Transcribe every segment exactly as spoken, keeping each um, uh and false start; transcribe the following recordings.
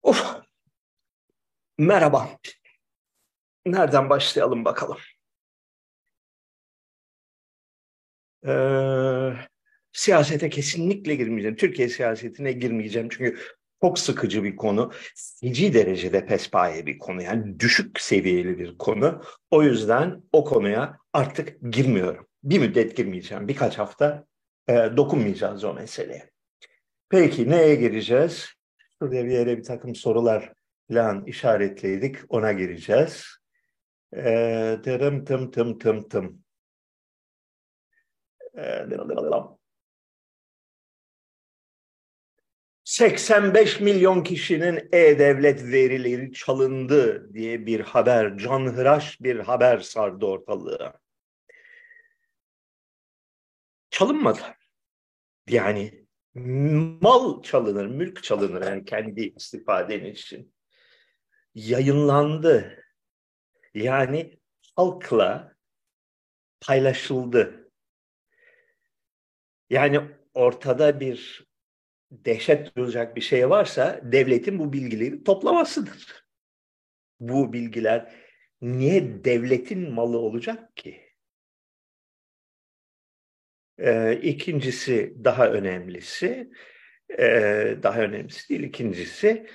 Of, merhaba. Nereden başlayalım bakalım? Ee, Siyasete kesinlikle girmeyeceğim. Türkiye siyasetine girmeyeceğim. Çünkü çok sıkıcı bir konu. Feci derecede pespaye bir konu. Yani düşük seviyeli bir konu. O yüzden o konuya artık girmiyorum. Bir müddet girmeyeceğim. Birkaç hafta e, dokunmayacağız o meseleye. Peki neye gireceğiz? Şuraya bir yere bir takım sorular falan işaretleydik. Ona gireceğiz. Ee, tırım tım tım tım tım. Ee, seksen beş milyon kişinin e-devlet verileri çalındı diye bir haber, canhıraş bir haber sardı ortalığı. Çalınmadı. Yani mal çalınır, mülk çalınır yani kendi istifaden için. Yayınlandı. Yani halkla paylaşıldı. Yani ortada bir dehşet duyulacak bir şey varsa devletin bu bilgileri toplamasıdır. Bu bilgiler niye devletin malı olacak ki? Ee, ikincisi daha önemlisi, e, daha önemlisi değil ikincisi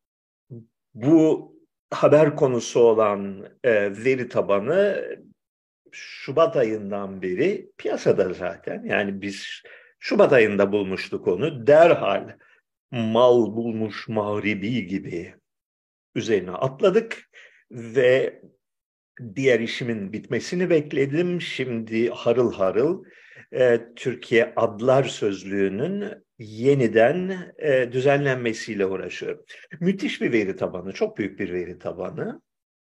bu haber konusu olan e, veri tabanı Şubat ayından beri piyasada zaten. Yani biz Şubat ayında bulmuştuk onu. Derhal mal bulmuş mağribi gibi üzerine atladık ve diğer işimin bitmesini bekledim. Şimdi harıl harıl e, Türkiye Adlar Sözlüğü'nün yeniden e, düzenlenmesiyle uğraşıyorum. Müthiş bir veri tabanı, çok büyük bir veri tabanı.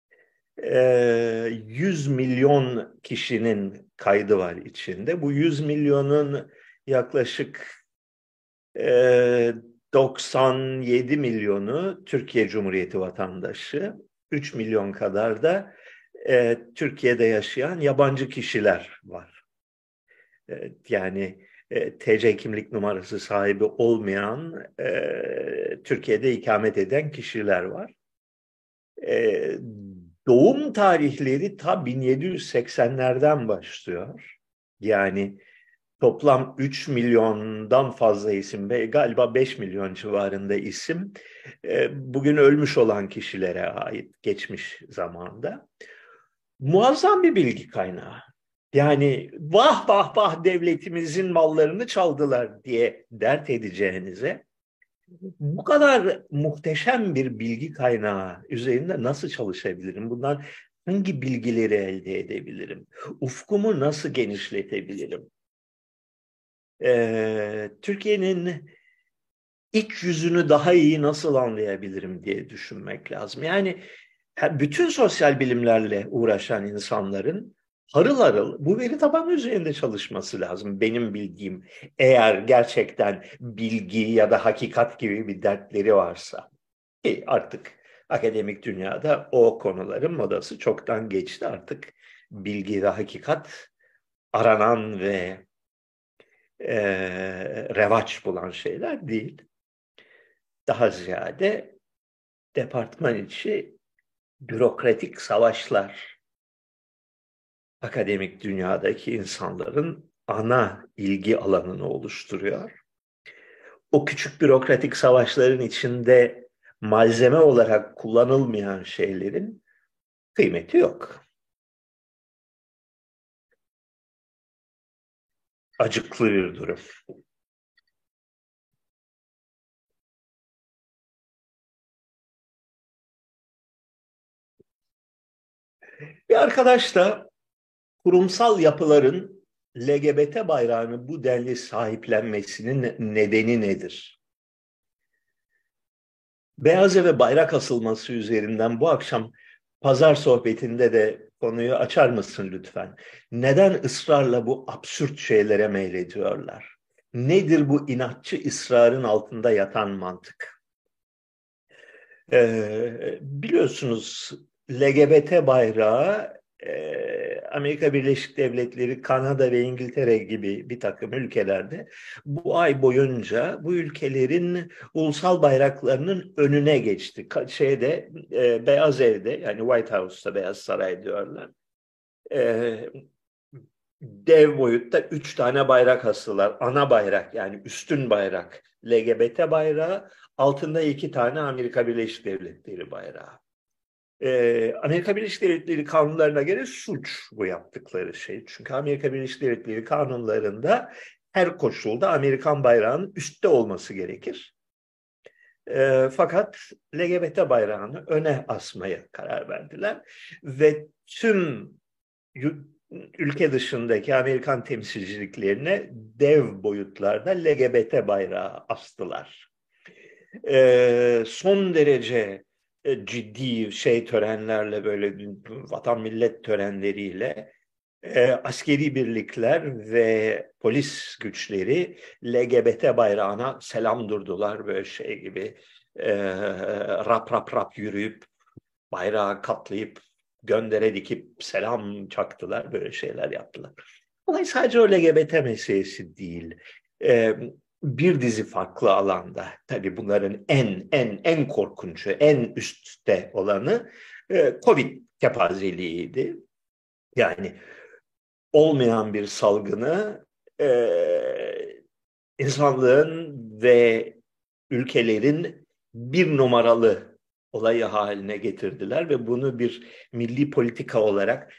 E, yüz milyon kişinin kaydı var içinde. Bu yüz milyonun yaklaşık e, doksan yedi milyonu Türkiye Cumhuriyeti vatandaşı, üç milyon kadar da e, Türkiye'de yaşayan yabancı kişiler var. E, yani e, T C kimlik numarası sahibi olmayan, e, Türkiye'de ikamet eden kişiler var. E, Doğum tarihleri ta bin yedi yüz seksenlerden başlıyor. Yani toplam üç milyondan fazla isim ve galiba beş milyon civarında isim e, bugün ölmüş olan kişilere ait geçmiş zamanda. Muazzam bir bilgi kaynağı. Yani vah vah vah devletimizin mallarını çaldılar diye dert edeceğinize bu kadar muhteşem bir bilgi kaynağı üzerinde nasıl çalışabilirim? Bundan hangi bilgileri elde edebilirim? Ufkumu nasıl genişletebilirim? Ee, Türkiye'nin iç yüzünü daha iyi nasıl anlayabilirim diye düşünmek lazım. Yani bütün sosyal bilimlerle uğraşan insanların harıl harıl bu veri tabanı üzerinde çalışması lazım. Benim bildiğim eğer gerçekten bilgi ya da hakikat gibi bir dertleri varsa. Ki artık akademik dünyada o konuların modası çoktan geçti artık. Bilgi ve hakikat aranan ve e, revaç bulan şeyler değil. Daha ziyade departman içi bürokratik savaşlar akademik dünyadaki insanların ana ilgi alanını oluşturuyor. O küçük bürokratik savaşların içinde malzeme olarak kullanılmayan şeylerin kıymeti yok. Acıklı bir durum. Bir arkadaş da kurumsal yapıların L G B T bayrağını bu denli sahiplenmesinin nedeni nedir? Beyaz Eve bayrak asılması üzerinden bu akşam pazar sohbetinde de konuyu açar mısın lütfen? Neden ısrarla bu absürt şeylere meylediyorlar? Nedir bu inatçı ısrarın altında yatan mantık? Ee, biliyorsunuz L G B T bayrağı e, Amerika Birleşik Devletleri, Kanada ve İngiltere gibi bir takım ülkelerde bu ay boyunca bu ülkelerin ulusal bayraklarının önüne geçti. Ka- Şeyde e, Beyaz Ev'de, yani White House'ta, Beyaz Saray diyorlar. E, Dev boyutta üç tane bayrak astılar. Ana bayrak, yani üstün bayrak L G B T bayrağı, altında iki tane Amerika Birleşik Devletleri bayrağı. Ee, Amerika Birleşik Devletleri kanunlarına göre suç bu yaptıkları şey. Çünkü Amerika Birleşik Devletleri kanunlarında her koşulda Amerikan bayrağının üstte olması gerekir. Ee, fakat L G B T bayrağını öne asmaya karar verdiler ve tüm ülke dışındaki Amerikan temsilciliklerine dev boyutlarda L G B T bayrağı astılar. Ee, son derece e, ciddi şey törenlerle, böyle vatan millet törenleriyle e, askeri birlikler ve polis güçleri L G B T bayrağına selam durdular, böyle şey gibi e, rap rap rap yürüyüp bayrağı katlayıp göndere dikip selam çaktılar, böyle şeyler yaptılar. Olay sadece o L G B T meselesi değil. Ee, Bir dizi farklı alanda, tabii bunların en en en korkuncu, en üstte olanı e, Covid kepazeliğiydi. Yani olmayan bir salgını e, insanlığın ve ülkelerin bir numaralı olayı haline getirdiler ve bunu bir milli politika olarak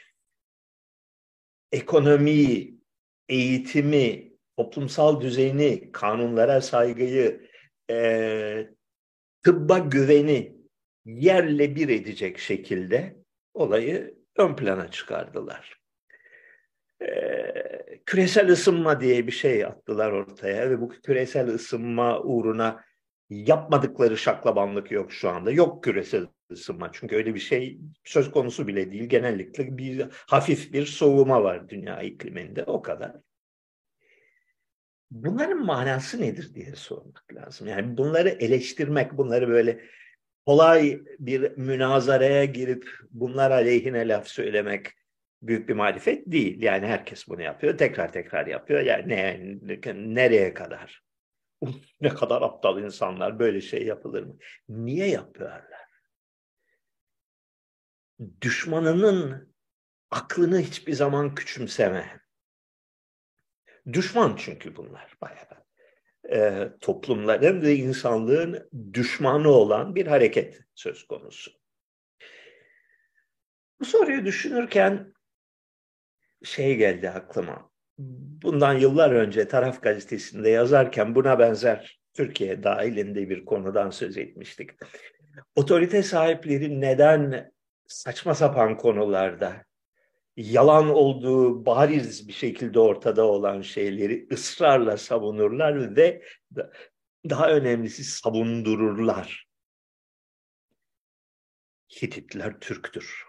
ekonomiyi, eğitimi, toplumsal düzeni, kanunlara saygıyı, e, tıbba güveni yerle bir edecek şekilde olayı ön plana çıkardılar. E, küresel ısınma diye bir şey attılar ortaya ve bu küresel ısınma uğruna yapmadıkları şaklabanlık yok şu anda. Yok küresel ısınma, çünkü öyle bir şey söz konusu bile değil. Genellikle bir hafif bir soğuma var dünya ikliminde, o kadar. Bunların manası nedir diye sormak lazım. Yani bunları eleştirmek, bunları böyle kolay bir münazaraya girip bunlar aleyhine laf söylemek büyük bir marifet değil. Yani herkes bunu yapıyor, tekrar tekrar yapıyor. Yani ne, nereye kadar? Ne kadar aptal insanlar, böyle şey yapılır mı? Niye yapıyorlar? Düşmanının aklını hiçbir zaman küçümseme. Düşman çünkü bunlar bayağı. E, toplumların ve insanlığın düşmanı olan bir hareket söz konusu. Bu soruyu düşünürken şey geldi aklıma. Bundan yıllar önce Taraf Gazetesi'nde yazarken buna benzer Türkiye dahilinde bir konudan söz etmiştik. Otorite sahipleri neden saçma sapan konularda yalan olduğu bariz bir şekilde ortada olan şeyleri ısrarla savunurlar ve daha önemlisi savundururlar? Hititler Türktür.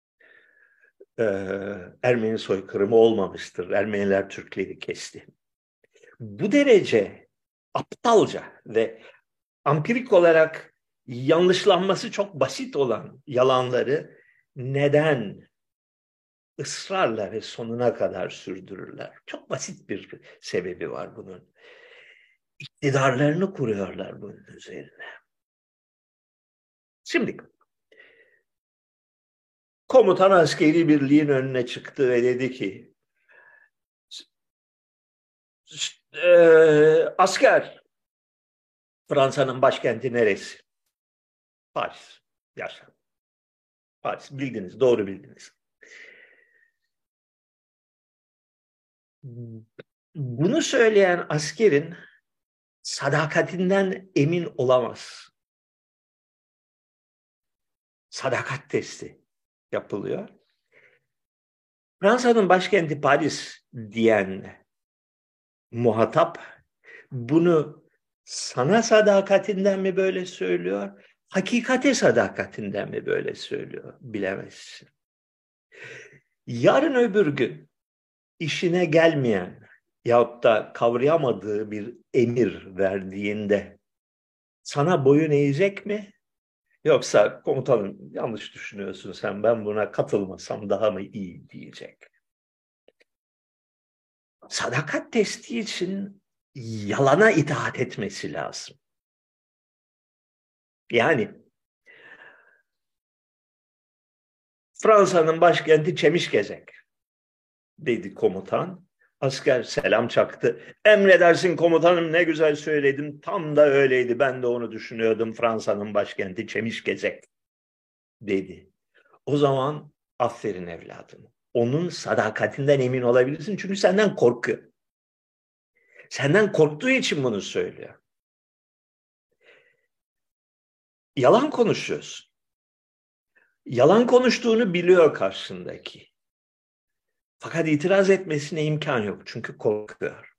Ee, Ermeni soykırımı olmamıştır. Ermeniler Türkleri kesti. Bu derece aptalca ve ampirik olarak yanlışlanması çok basit olan yalanları neden ısrarla ve sonuna kadar sürdürürler? Çok basit bir sebebi var bunun. İktidarlarını kuruyorlar bunun üzerine. Şimdi komutan askeri birliğin önüne çıktı ve dedi ki, e, asker, Fransa'nın başkenti neresi? Paris. Yaşa. Paris. Bildiniz, doğru bildiniz. Bunu söyleyen askerin sadakatinden emin olamaz. Sadakat testi yapılıyor. Fransa'nın başkenti Paris diyen muhatap bunu sana sadakatinden mi böyle söylüyor, hakikate sadakatinden mi böyle söylüyor, bilemezsin. Yarın öbür gün işine gelmeyen yahut da kavrayamadığı bir emir verdiğinde sana boyun eğecek mi? Yoksa komutanım yanlış düşünüyorsun sen, ben buna katılmasam daha mı iyi diyecek. Sadakat testi için yalana itaat etmesi lazım. Yani Fransa'nın başkenti Çemişgezek dedi komutan. Asker selam çaktı. Emredersin komutanım, ne güzel söyledin. Tam da öyleydi. Ben de onu düşünüyordum. Fransa'nın başkenti Çemişgezek dedi. O zaman aferin evladım. Onun sadakatinden emin olabilirsin. Çünkü senden korkuyor. Senden korktuğu için bunu söylüyor. Yalan konuşuyorsun. Yalan konuştuğunu biliyor karşındaki. Fakat itiraz etmesine imkan yok. Çünkü korkuyor.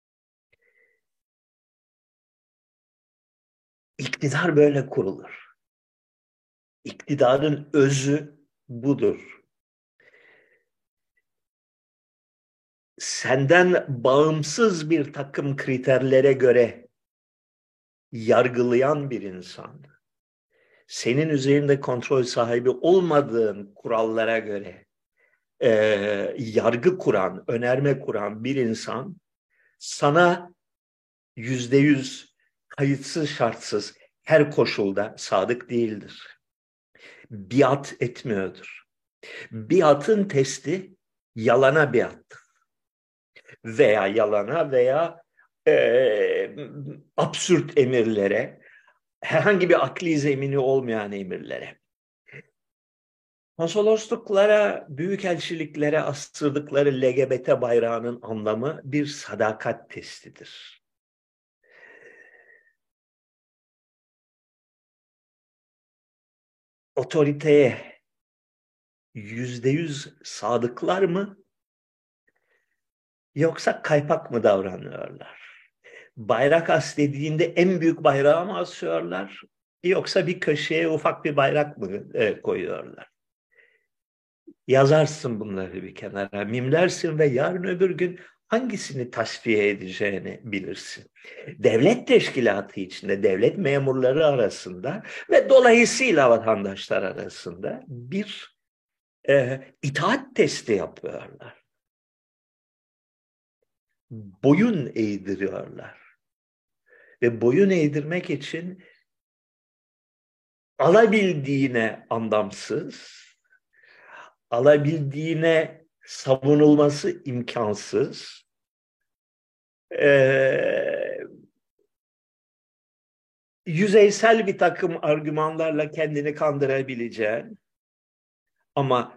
İktidar böyle kurulur. İktidarın özü budur. Senden bağımsız bir takım kriterlere göre yargılayan bir insan, senin üzerinde kontrol sahibi olmadığın kurallara göre e, yargı kuran, önerme kuran bir insan sana yüzde yüz kayıtsız şartsız her koşulda sadık değildir. Biat etmiyordur. Biatın testi yalana biattır. Veya yalana veya e, absürt emirlere, herhangi bir akli zemini olmayan emirlere. Konsolosluklara, büyükelçiliklere astırdıkları L G B T bayrağının anlamı bir sadakat testidir. Otoriteye yüzde yüz sadıklar mı, yoksa kaypak mı davranıyorlar? Bayrak as dediğinde en büyük bayrağı mı asıyorlar, yoksa bir köşeye ufak bir bayrak mı e, koyuyorlar? Yazarsın bunları bir kenara, mimlersin ve yarın öbür gün hangisini tasfiye edeceğini bilirsin. Devlet teşkilatı içinde, devlet memurları arasında ve dolayısıyla vatandaşlar arasında bir e, itaat testi yapıyorlar. Boyun eğdiriyorlar. Ve boyun eğdirmek için alabildiğine anlamsız, alabildiğine savunulması imkansız, e, yüzeysel bir takım argümanlarla kendini kandırabileceğin ama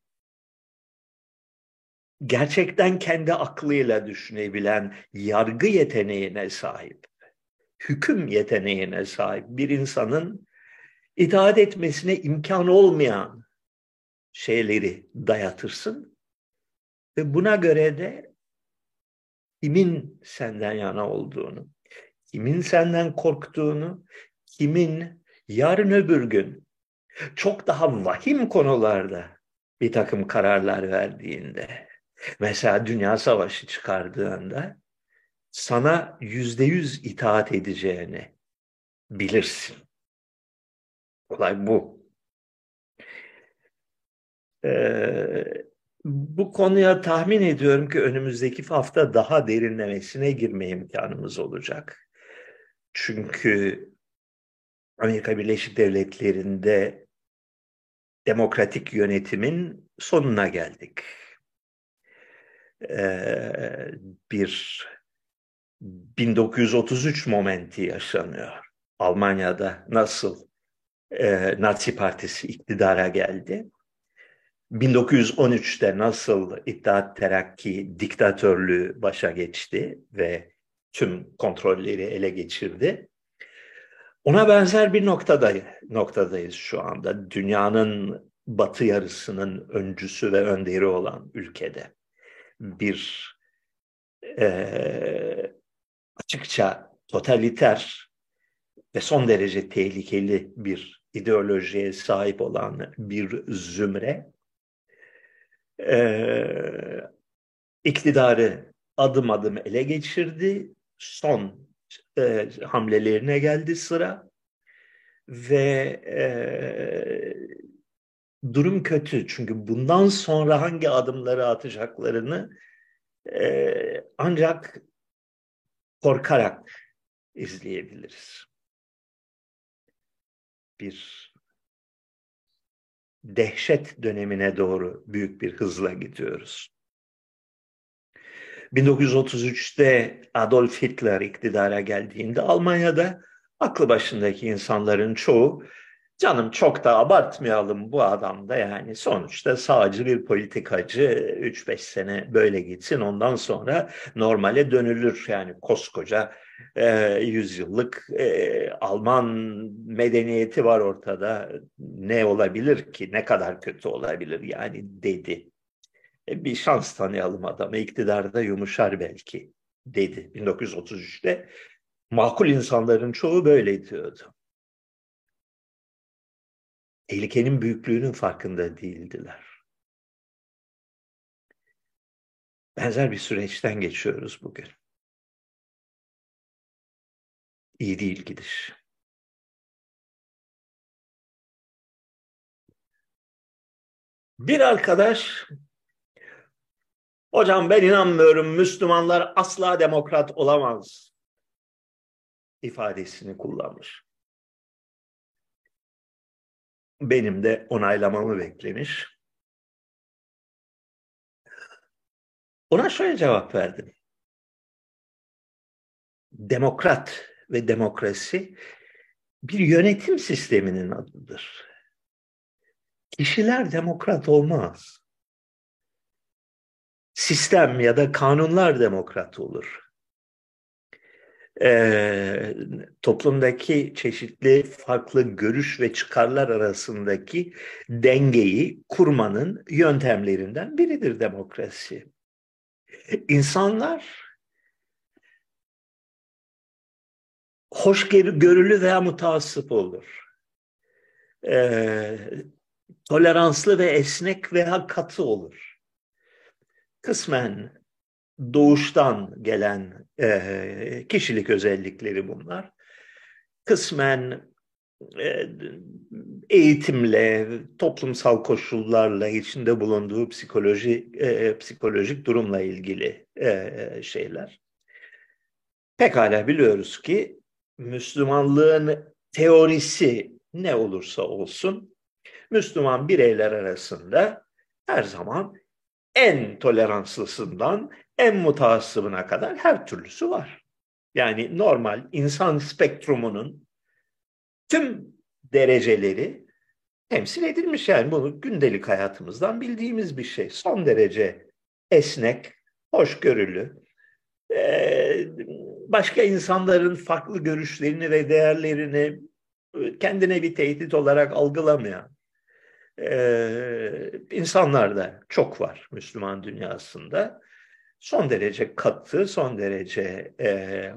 gerçekten kendi aklıyla düşünebilen, yargı yeteneğine sahip, hüküm yeteneğine sahip bir insanın itaat etmesine imkan olmayan şeyleri dayatırsın ve buna göre de kimin senden yana olduğunu, kimin senden korktuğunu, kimin yarın öbür gün çok daha vahim konularda bir takım kararlar verdiğinde, mesela Dünya Savaşı çıkardığında sana yüzde yüz itaat edeceğini bilirsin. Olay bu. Ee, Bu konuya tahmin ediyorum ki önümüzdeki hafta daha derinlemesine girme imkanımız olacak. Çünkü Amerika Birleşik Devletleri'nde demokratik yönetimin sonuna geldik. Ee, bir bin dokuz yüz otuz üç momenti yaşanıyor. Almanya'da nasıl e, Nazi Partisi iktidara geldi? bin dokuz yüz on üçte nasıl İttihat Terakki diktatörlüğü başa geçti ve tüm kontrolleri ele geçirdi? Ona benzer bir noktada, noktadayız şu anda. Dünyanın batı yarısının öncüsü ve önderi olan ülkede bir e, açıkça totaliter ve son derece tehlikeli bir ideolojiye sahip olan bir zümre e, iktidarı adım adım ele geçirdi. Son e, hamlelerine geldi sıra ve e, durum kötü. Çünkü bundan sonra hangi adımları atacaklarını e, ancak korkarak izleyebiliriz. Bir dehşet dönemine doğru büyük bir hızla gidiyoruz. bin dokuz yüz otuz üçte Adolf Hitler iktidara geldiğinde Almanya'da aklı başındaki insanların çoğu canım çok da abartmayalım bu adam da yani sonuçta sağcı bir politikacı üç beş sene böyle gitsin ondan sonra normale dönülür yani koskoca e, yüzyıllık e, Alman medeniyeti var ortada ne olabilir ki ne kadar kötü olabilir yani dedi. E, bir şans tanıyalım adama, iktidarda yumuşar belki dedi bin dokuz yüz otuz üçte. Makul insanların çoğu böyle diyordu. Tehlikenin büyüklüğünün farkında değildiler. Benzer bir süreçten geçiyoruz bugün. İyi değil gidiş. Bir arkadaş, hocam ben inanmıyorum Müslümanlar asla demokrat olamaz ifadesini kullanmış. Benim de onaylamamı beklemiş. Ona şöyle cevap verdim. Demokrat ve demokrasi bir yönetim sisteminin adıdır. Kişiler demokrat olmaz. Sistem ya da kanunlar demokrat olur. Ee, toplumdaki çeşitli farklı görüş ve çıkarlar arasındaki dengeyi kurmanın yöntemlerinden biridir demokrasi. İnsanlar hoşgörülü veya mutaassıp olur. Ee, toleranslı ve esnek veya katı olur. Kısmen doğuştan gelen e, kişilik özellikleri bunlar. Kısmen e, eğitimle, toplumsal koşullarla, içinde bulunduğu psikoloji, e, psikolojik durumla ilgili e, şeyler. Pekala biliyoruz ki Müslümanlığın teorisi ne olursa olsun, Müslüman bireyler arasında her zaman en toleranslısından en mutaassıbına kadar her türlüsü var. Yani normal insan spektrumunun tüm dereceleri temsil edilmiş. Yani bunu gündelik hayatımızdan bildiğimiz bir şey. Son derece esnek, hoşgörülü, başka insanların farklı görüşlerini ve değerlerini kendine bir tehdit olarak algılamayan insanlar da çok var Müslüman dünyasında. Son derece katı, son derece e,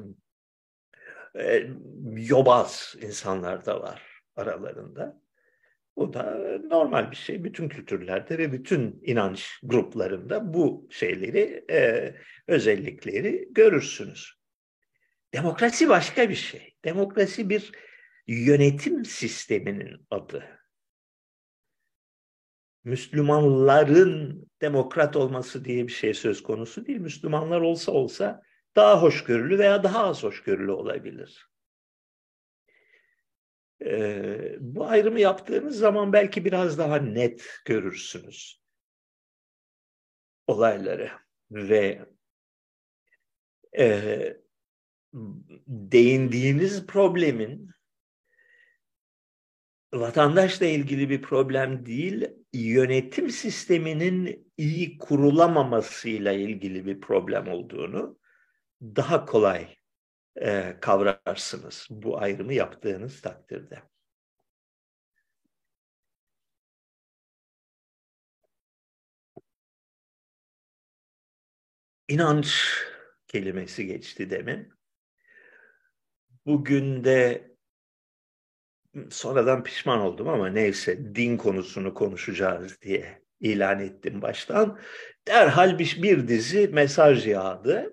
e, yobaz insanlar da var aralarında. Bu da normal bir şey. Bütün kültürlerde ve bütün inanç gruplarında bu şeyleri, e, özellikleri görürsünüz. Demokrasi başka bir şey. Demokrasi bir yönetim sisteminin adı. Müslümanların demokrat olması diye bir şey söz konusu değil. Müslümanlar olsa olsa daha hoşgörülü veya daha az hoşgörülü olabilir. Ee, bu ayrımı yaptığınız zaman belki biraz daha net görürsünüz olayları ve e, değindiğiniz problemin vatandaşla ilgili bir problem değil, yönetim sisteminin iyi kurulamamasıyla ilgili bir problem olduğunu daha kolay e, kavrarsınız bu ayrımı yaptığınız takdirde. İnanç kelimesi geçti demin. Bugün de sonradan pişman oldum ama neyse din konusunu konuşacağız diye ilan ettim baştan. Derhal bir, bir dizi mesaj yağdı.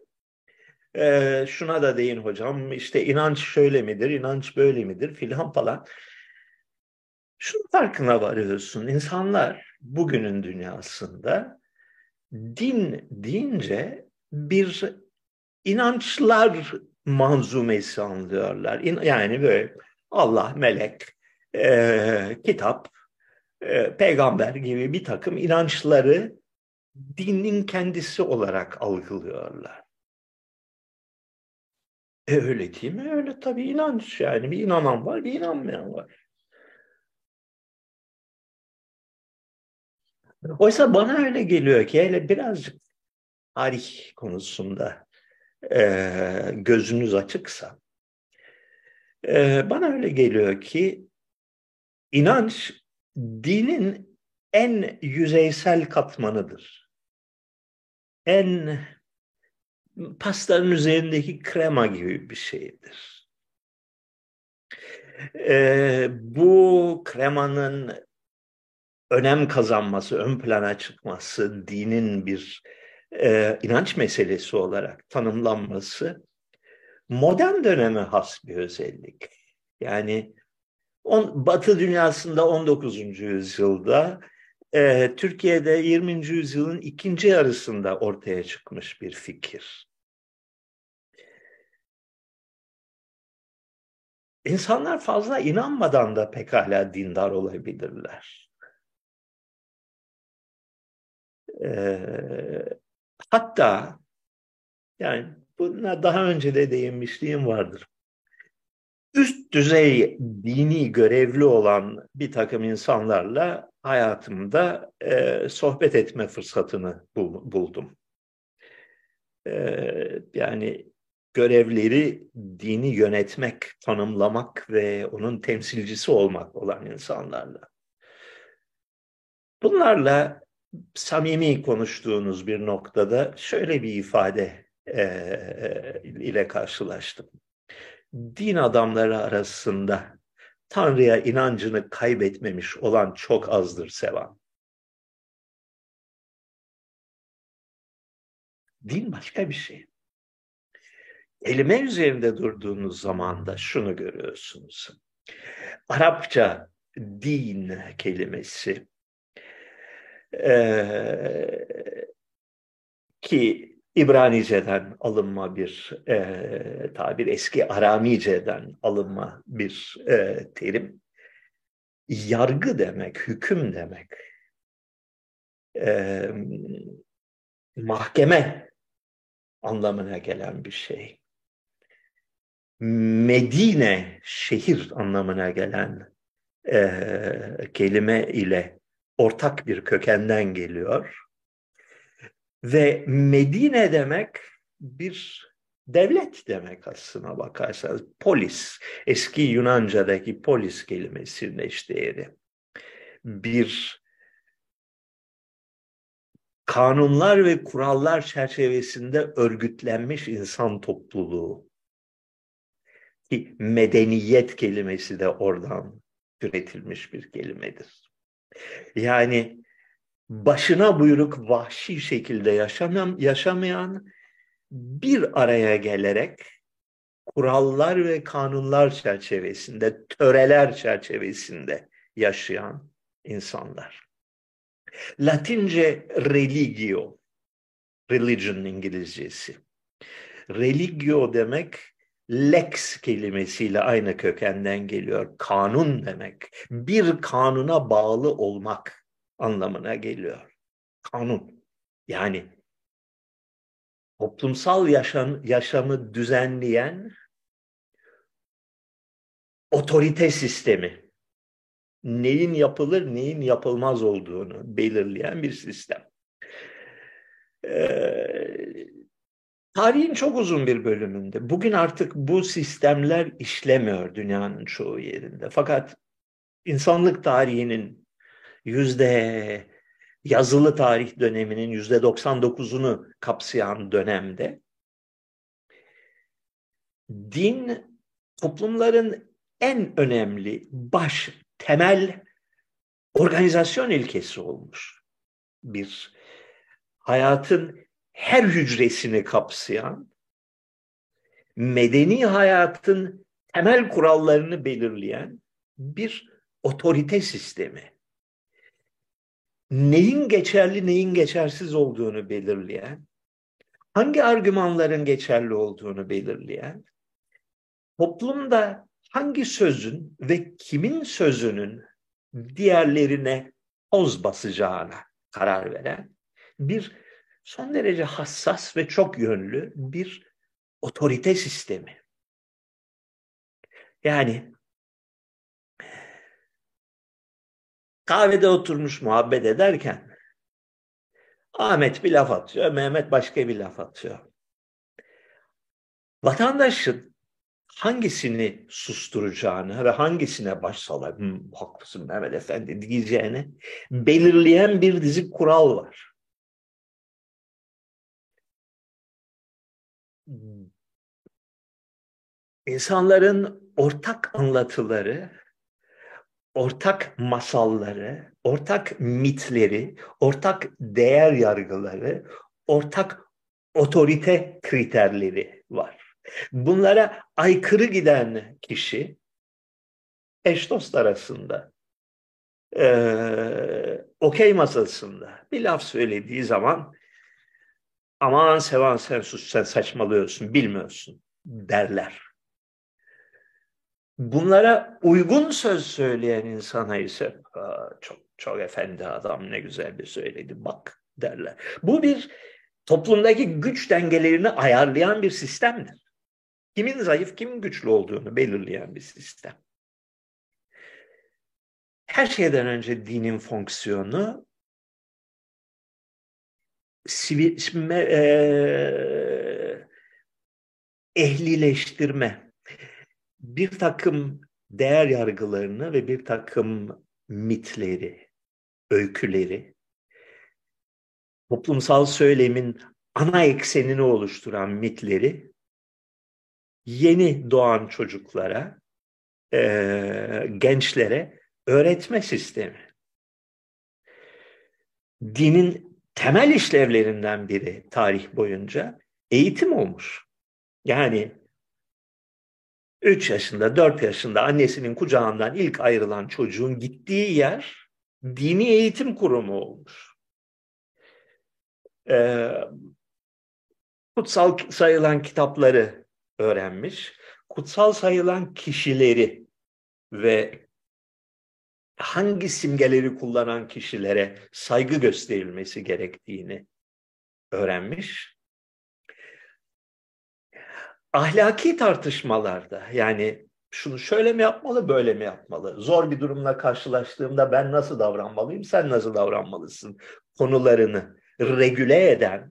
Ee, şuna da deyin hocam işte inanç şöyle midir, inanç böyle midir filan falan. Şunun farkına varıyorsun. İnsanlar bugünün dünyasında din deyince bir inançlar manzumesi anlıyorlar. Yani böyle Allah, melek, e, kitap, e, peygamber gibi bir takım inançları dinin kendisi olarak algılıyorlar. E öyle değil mi? Öyle tabii inanç yani. Bir inanan var, bir inanmayan var. Oysa bana öyle geliyor ki hele birazcık tarih konusunda e, gözünüz açıksa e, bana öyle geliyor ki inanç dinin en yüzeysel katmanıdır. En pastanın üzerindeki krema gibi bir şeydir. E, bu kremanın önem kazanması, ön plana çıkması, dinin bir e, inanç meselesi olarak tanımlanması modern döneme has bir özellik. Yani on, Batı dünyasında on dokuzuncu yüzyılda, e, Türkiye'de yirminci yüzyılın ikinci yarısında ortaya çıkmış bir fikir. İnsanlar fazla inanmadan da pekala dindar olabilirler. E, hatta yani buna daha önce de değinmişliğim vardır. Üst düzey dini görevli olan bir takım insanlarla hayatımda e, sohbet etme fırsatını bul, buldum. E, yani görevleri dini yönetmek, tanımlamak ve onun temsilcisi olmak olan insanlarla. Bunlarla samimi konuştuğunuz bir noktada şöyle bir ifade e, ile karşılaştım. Din adamları arasında Tanrı'ya inancını kaybetmemiş olan çok azdır Sevan. Din başka bir şey. Kelime üzerinde durduğunuz zaman da şunu görüyorsunuz. Arapça din kelimesi e, ki İbranice'den alınma bir e, tabir, eski Aramice'den alınma bir e, terim. Yargı demek, hüküm demek. E, mahkeme anlamına gelen bir şey. Medine, şehir anlamına gelen e, kelime ile ortak bir kökenden geliyor. Ve Medine demek bir devlet demek aslına bakarsanız. Polis, eski Yunanca'daki polis kelimesinin eşdeğeri. Bir kanunlar ve kurallar çerçevesinde örgütlenmiş insan topluluğu. Ki medeniyet kelimesi de oradan türetilmiş bir kelimedir. Yani başına buyruk vahşi şekilde yaşamam, yaşamayan, bir araya gelerek kurallar ve kanunlar çerçevesinde, töreler çerçevesinde yaşayan insanlar. Latince religio, religion İngilizcesi. Religio demek lex kelimesiyle aynı kökenden geliyor. Kanun demek. Bir kanuna bağlı olmak anlamına geliyor. Kanun. Yani toplumsal yaşam, yaşamı düzenleyen otorite sistemi. Neyin yapılır, neyin yapılmaz olduğunu belirleyen bir sistem. Ee, Tarihin çok uzun bir bölümünde. Bugün artık bu sistemler işlemiyor dünyanın çoğu yerinde. Fakat insanlık tarihinin yüzde yazılı tarih döneminin yüzde doksan dokuzunu kapsayan dönemde din toplumların en önemli baş temel organizasyon ilkesi olmuş. Bir hayatın her hücresini kapsayan, medeni hayatın temel kurallarını belirleyen bir otorite sistemi. Neyin geçerli, neyin geçersiz olduğunu belirleyen, hangi argümanların geçerli olduğunu belirleyen, toplumda hangi sözün ve kimin sözünün diğerlerine toz basacağına karar veren bir son derece hassas ve çok yönlü bir otorite sistemi. Yani kahvede oturmuş muhabbet ederken Ahmet bir laf atıyor, Mehmet başka bir laf atıyor. Vatandaşın hangisini susturacağını ve hangisine başsalar, hmm, haklısın Mehmet Efendi diyeceğini belirleyen bir dizi kural var. İnsanların ortak anlatıları, ortak masalları, ortak mitleri, ortak değer yargıları, ortak otorite kriterleri var. Bunlara aykırı giden kişi eş dost arasında, e, okey masasında bir laf söylediği zaman aman Sevan sen sus sen saçmalıyorsun bilmiyorsun derler. Bunlara uygun söz söyleyen insana ise çok çok efendi adam ne güzel bir söyledi bak derler. Bu bir toplumdaki güç dengelerini ayarlayan bir sistemdir. Kimin zayıf, kimin güçlü olduğunu belirleyen bir sistem. Her şeyden önce dinin fonksiyonu sivil, e, ehlileştirme, bir takım değer yargılarını ve bir takım mitleri, öyküleri, toplumsal söylemin ana eksenini oluşturan mitleri yeni doğan çocuklara, e, gençlere öğretme sistemi. Dinin temel işlevlerinden biri tarih boyunca eğitim olmuş. Yani üç yaşında, dört yaşında annesinin kucağından ilk ayrılan çocuğun gittiği yer dini eğitim kurumu olmuş. Ee, kutsal sayılan kitapları öğrenmiş, kutsal sayılan kişileri ve hangi simgeleri kullanan kişilere saygı gösterilmesi gerektiğini öğrenmiş. Ahlaki tartışmalarda yani şunu şöyle mi yapmalı, böyle mi yapmalı? Zor bir durumla karşılaştığımda ben nasıl davranmalıyım, sen nasıl davranmalısın? Konularını regüle eden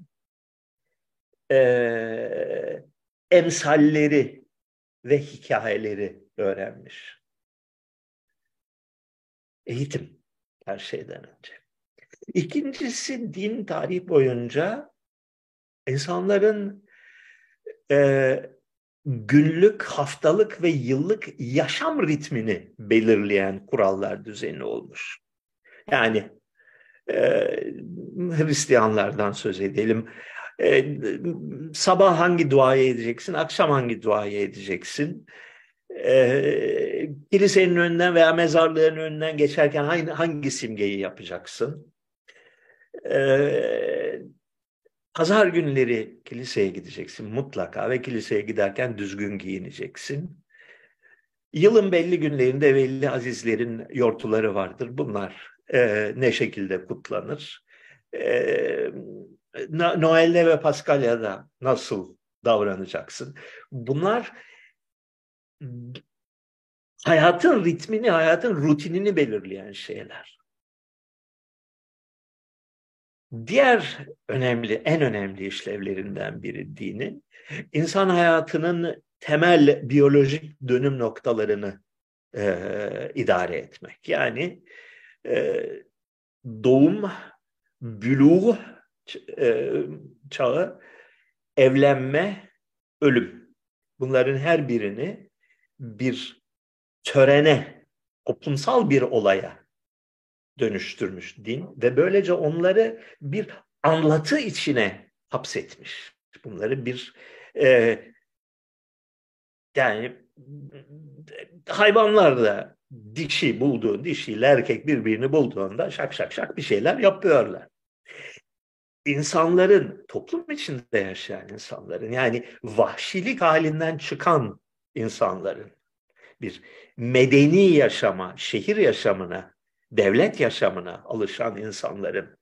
e, emsalleri ve hikayeleri öğrenmiş. Eğitim her şeyden önce. İkincisi din tarih boyunca insanların e, günlük, haftalık ve yıllık yaşam ritmini belirleyen kurallar düzeni olmuş. Yani e, Hristiyanlardan söz edelim. E, sabah hangi duayı edeceksin, akşam hangi duayı edeceksin? E, kilisenin önünden veya mezarlığın önünden geçerken hangi, hangi simgeyi yapacaksın? E, Pazar günleri kiliseye gideceksin mutlaka ve kiliseye giderken düzgün giyineceksin. Yılın belli günlerinde belli azizlerin yortuları vardır. Bunlar e, ne şekilde kutlanır? E, Noel'de ve Paskalya'da nasıl davranacaksın? Bunlar hayatın ritmini, hayatın rutinini belirleyen şeyler. Diğer önemli, en önemli işlevlerinden biri dinin, insan hayatının temel biyolojik dönüm noktalarını e, idare etmek. Yani e, doğum, buluğ e, çağı, evlenme, ölüm. Bunların her birini bir törene, toplumsal bir olaya dönüştürmüş din ve böylece onları bir anlatı içine hapsetmiş. Bunları bir e, yani hayvanlar da dişi bulduğu, dişiyle erkek birbirini bulduğunda şak şak şak bir şeyler yapıyorlar. İnsanların, toplum içinde yaşayan insanların, yani vahşilik halinden çıkan insanların, bir medeni yaşama, şehir yaşamına, devlet yaşamına alışan insanların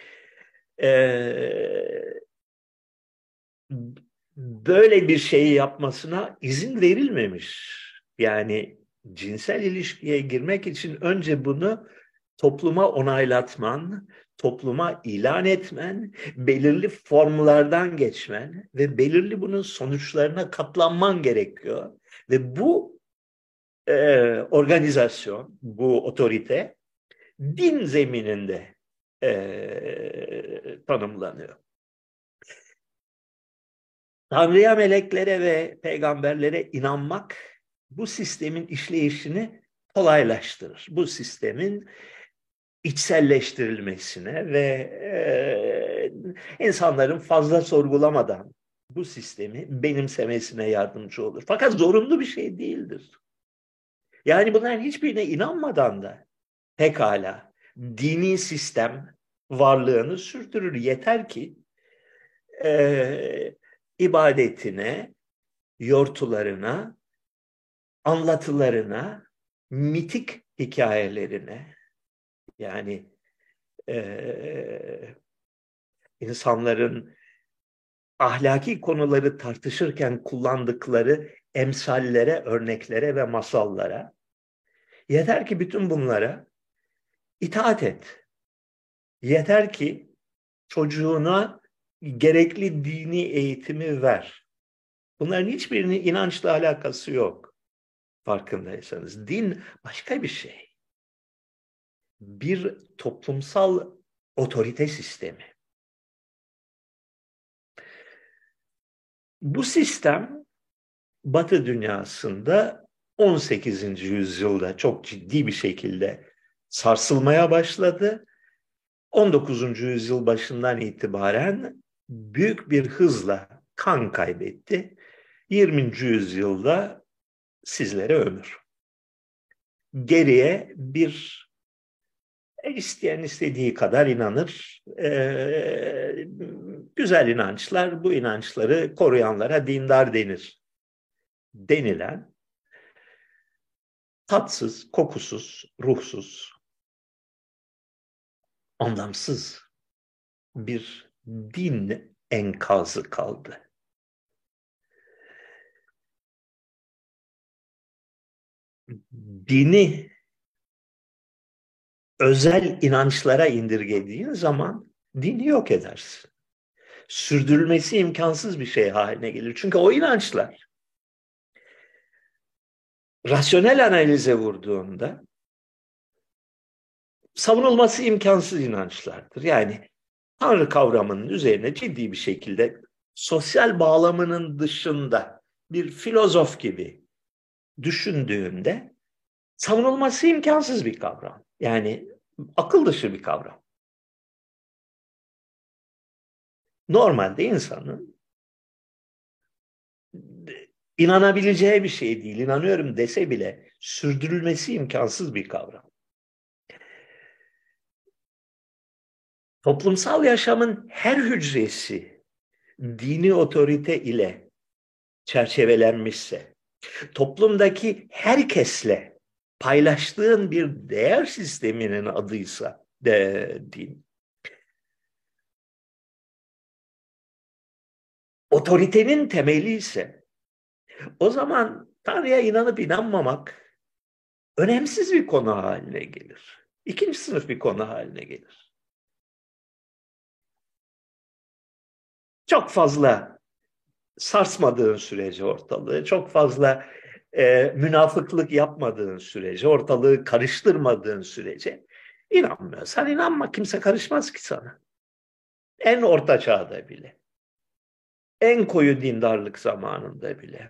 eee, böyle bir şeyi yapmasına izin verilmemiş. Yani cinsel ilişkiye girmek için önce bunu topluma onaylatman, topluma ilan etmen, belirli formlardan geçmen ve belirli bunun sonuçlarına katlanman gerekiyor. Ve bu e, organizasyon, bu otorite din zemininde e, tanımlanıyor. Tanrı'ya, meleklere ve peygamberlere inanmak bu sistemin işleyişini kolaylaştırır. Bu sistemin içselleştirilmesine ve e, insanların fazla sorgulamadan bu sistemi benimsemesine yardımcı olur. Fakat zorunlu bir şey değildir. Yani bunların hiçbirine inanmadan da pekala dini sistem varlığını sürdürür. Yeter ki e, ibadetine, yortularına, anlatılarına, mitik hikayelerine, yani e, insanların ahlaki konuları tartışırken kullandıkları emsallere, örneklere ve masallara, yeter ki bütün bunlara itaat et. Yeter ki çocuğuna gerekli dini eğitimi ver. Bunların hiçbirinin inançla alakası yok, farkındaysanız. Din başka bir şey. Bir toplumsal otorite sistemi. Bu sistem Batı dünyasında on sekizinci yüzyılda çok ciddi bir şekilde sarsılmaya başladı. on dokuzuncu yüzyıl başından itibaren büyük bir hızla kan kaybetti. yirminci yüzyılda sizlere ömür. Geriye bir isteyen istediği kadar inanır. Ee, güzel inançlar, bu inançları koruyanlara dindar denir. Denilen tatsız, kokusuz, ruhsuz, anlamsız bir din enkazı kaldı. Dini özel inançlara indirgediğin zaman dini yok edersin. Sürdürülmesi imkansız bir şey haline gelir. Çünkü o inançlar rasyonel analize vurduğunda savunulması imkansız inançlardır. Yani Tanrı kavramının üzerine ciddi bir şekilde sosyal bağlamının dışında bir filozof gibi düşündüğünde savunulması imkansız bir kavram. Yani akıl dışı bir kavram. Normalde insanın inanabileceği bir şey değil. İnanıyorum dese bile sürdürülmesi imkansız bir kavram. Toplumsal yaşamın her hücresi dini otorite ile çerçevelenmişse, toplumdaki herkesle paylaştığın bir değer sisteminin adıysa de, din, otoritenin temeli ise, o zaman Tanrı'ya inanıp inanmamak önemsiz bir konu haline gelir. İkinci sınıf bir konu haline gelir. Çok fazla sarsmadığın sürece ortalığı, çok fazla e, münafıklık yapmadığın sürece, ortalığı karıştırmadığın sürece inanmıyorsan inanma. Kimse karışmaz ki sana. En orta çağda bile. En koyu dindarlık zamanında bile.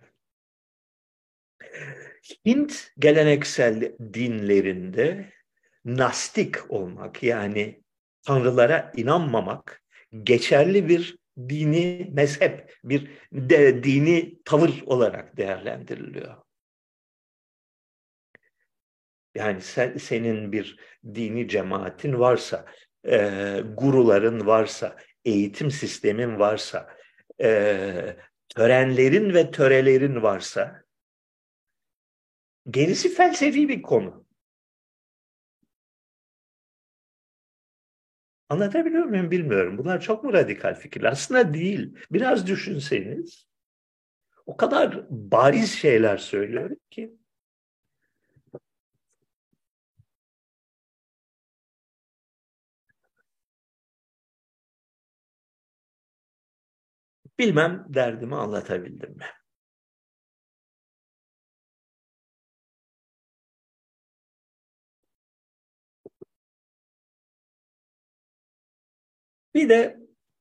Hint geleneksel dinlerinde nastik olmak, yani tanrılara inanmamak geçerli bir dini mezhep, bir de, dini tavır olarak değerlendiriliyor. Yani sen, senin bir dini cemaatin varsa, e, guruların varsa, eğitim sistemin varsa, e, törenlerin ve törelerin varsa, gerisi felsefi bir konu. Anlatabiliyor muyum bilmiyorum. Bunlar çok mu radikal fikirler? Aslında değil. Biraz düşünseniz o kadar bariz şeyler söylüyorum ki. Bilmem derdimi anlatabildim mi? Bir de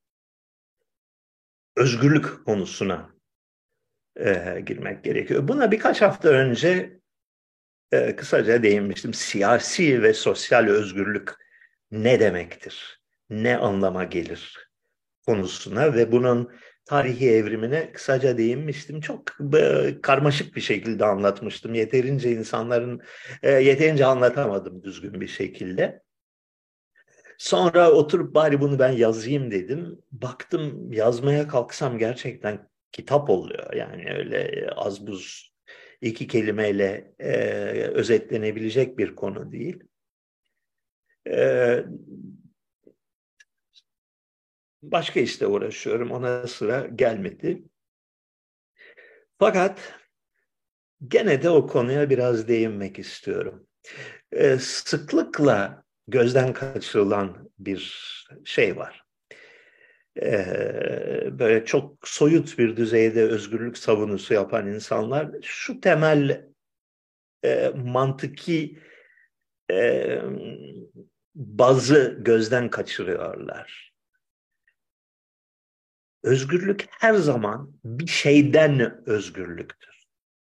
özgürlük konusuna e, girmek gerekiyor. Buna birkaç hafta önce e, kısaca değinmiştim. Siyasi ve sosyal özgürlük ne demektir? Ne anlama gelir konusuna ve bunun tarihi evrimine kısaca değinmiştim. Çok e, karmaşık bir şekilde anlatmıştım. Yeterince insanların e, yeterince anlatamadım düzgün bir şekilde. Sonra oturup bari bunu ben yazayım dedim. Baktım yazmaya kalksam gerçekten kitap oluyor. Yani öyle az buz iki kelimeyle e, özetlenebilecek bir konu değil. E, Başka işle uğraşıyorum. Ona sıra gelmedi. Fakat gene de o konuya biraz değinmek istiyorum. E, sıklıkla gözden kaçırılan bir şey var. E, böyle çok soyut bir düzeyde özgürlük savunusu yapan insanlar şu temel e, mantıki e, bazı gözden kaçırıyorlar. Özgürlük her zaman bir şeyden özgürlüktür.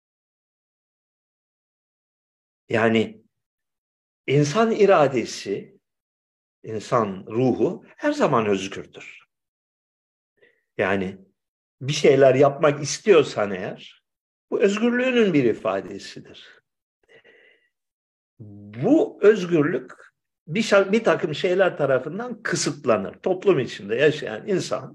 Yani insan iradesi, insan ruhu her zaman özgürdür. Yani bir şeyler yapmak istiyorsan eğer, bu özgürlüğünün bir ifadesidir. Bu özgürlük bir, bir takım şeyler tarafından kısıtlanır. Toplum içinde yaşayan insan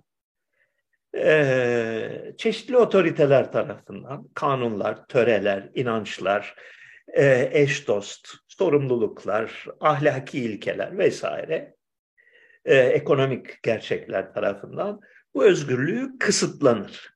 e, çeşitli otoriteler tarafından kanunlar, töreler, inançlar, e, eş dost, sorumluluklar, ahlaki ilkeler vesaire e, ekonomik gerçekler tarafından bu özgürlüğü kısıtlanır.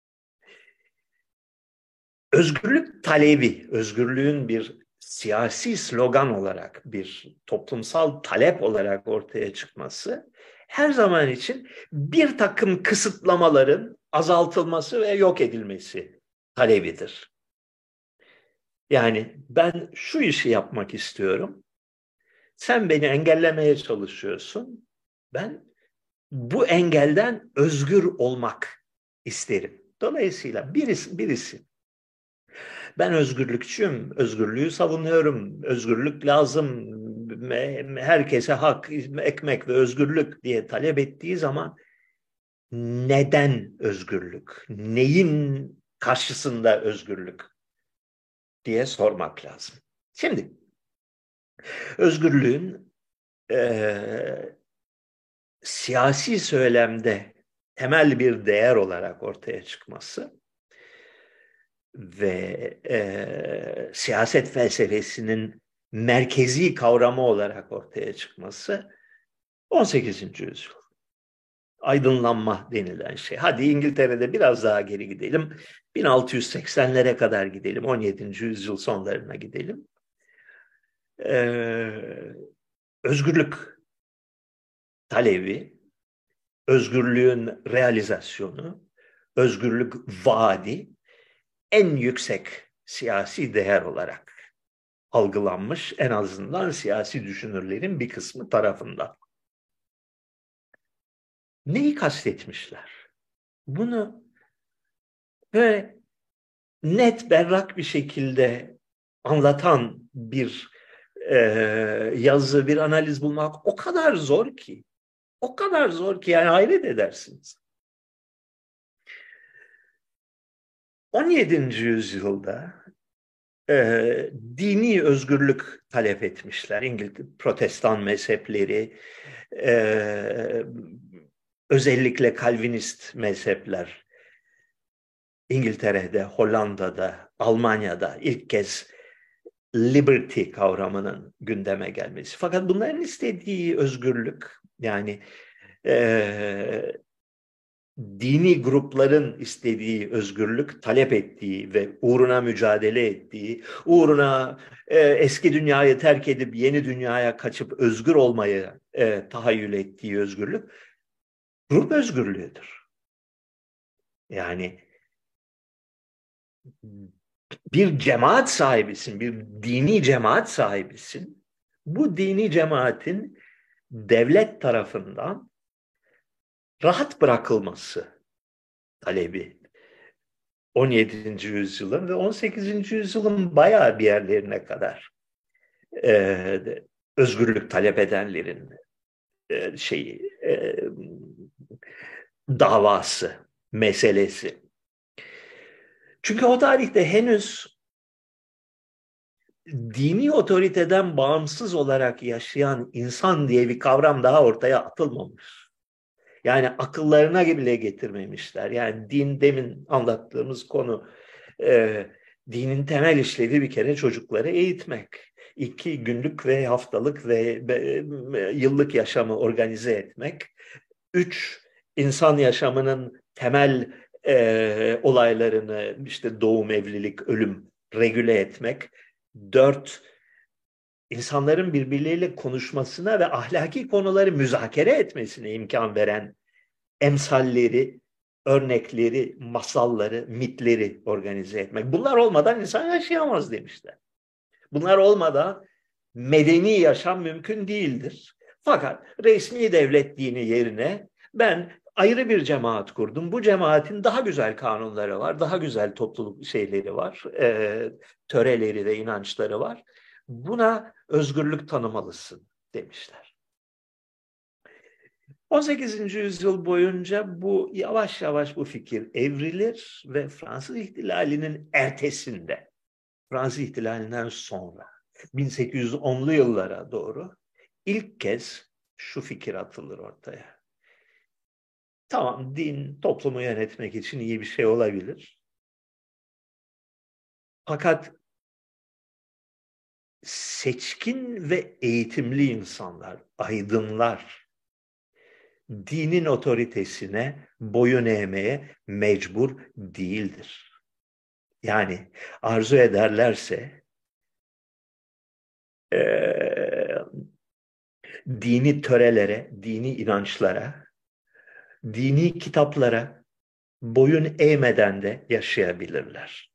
Özgürlük talebi, özgürlüğün bir siyasi slogan olarak, bir toplumsal talep olarak ortaya çıkması her zaman için bir takım kısıtlamaların azaltılması ve yok edilmesi talebidir. Yani ben şu işi yapmak istiyorum, sen beni engellemeye çalışıyorsun, ben bu engelden özgür olmak isterim. Dolayısıyla birisi, birisi ben özgürlükçüyüm, özgürlüğü savunuyorum, özgürlük lazım, herkese hak, ekmek ve özgürlük diye talep ettiği zaman neden özgürlük, neyin karşısında özgürlük diye sormak lazım. Şimdi özgürlüğün e, siyasi söylemde temel bir değer olarak ortaya çıkması ve e, siyaset felsefesinin merkezi kavramı olarak ortaya çıkması on sekizinci yüzyıl. Aydınlanma denilen şey. Hadi İngiltere'de biraz daha geri gidelim. bin altı yüz seksenlere kadar gidelim. on yedinci yüzyıl sonlarına gidelim. Ee, Özgürlük talebi, özgürlüğün realizasyonu, özgürlük vaadi en yüksek siyasi değer olarak algılanmış, en azından siyasi düşünürlerin bir kısmı tarafından. Neyi kastetmişler? Bunu böyle net, berrak bir şekilde anlatan bir e, yazı, bir analiz bulmak o kadar zor ki. O kadar zor ki yani hayret edersiniz. on yedinci yüzyılda e, dini özgürlük talep etmişler. İngiliz Protestan mezhepleri, e, özellikle Kalvinist mezhepler İngiltere'de, Hollanda'da, Almanya'da ilk kez liberty kavramının gündeme gelmesi. Fakat bunların istediği özgürlük, yani e, dini grupların istediği özgürlük, talep ettiği ve uğruna mücadele ettiği, uğruna e, eski dünyayı terk edip yeni dünyaya kaçıp özgür olmayı e, tahayyül ettiği özgürlük, grup özgürlüğüdür. Yani bir cemaat sahibisin, bir dini cemaat sahibisin. Bu dini cemaatin devlet tarafından rahat bırakılması talebi. on yedinci yüzyılın ve on sekizinci yüzyılın bayağı bir yerlerine kadar e, özgürlük talep edenlerin e, şeyi e, davası, meselesi. Çünkü o tarihte henüz dini otoriteden bağımsız olarak yaşayan insan diye bir kavram daha ortaya atılmamış. Yani akıllarına bile getirmemişler. Yani din, demin anlattığımız konu, e, dinin temel işlevi bir kere çocukları eğitmek. İki günlük ve haftalık ve e, yıllık yaşamı organize etmek. Üç, insan yaşamının temel e, olaylarını, işte doğum, evlilik, ölüm regüle etmek. Dört, insanların birbirleriyle konuşmasına ve ahlaki konuları müzakere etmesine imkan veren emsalleri, örnekleri, masalları, mitleri organize etmek. Bunlar olmadan insan yaşayamaz demişler. Bunlar olmadan medeni yaşam mümkün değildir. Fakat resmi devlet dini yerine ben ayrı bir cemaat kurdum. Bu cemaatin daha güzel kanunları var, daha güzel topluluk şeyleri var, e, töreleri ve inançları var. Buna özgürlük tanımalısın demişler. on sekizinci yüzyıl boyunca bu yavaş yavaş bu fikir evrilir ve Fransız İhtilali'nin ertesinde, Fransız İhtilali'nden sonra bin sekiz yüz onlu yıllara doğru ilk kez şu fikir atılır ortaya. Tamam, din toplumu yönetmek için iyi bir şey olabilir. Fakat seçkin ve eğitimli insanlar, aydınlar, dinin otoritesine boyun eğmeye mecbur değildir. Yani arzu ederlerse e, dini törelere, dini inançlara, dini kitaplara boyun eğmeden de yaşayabilirler.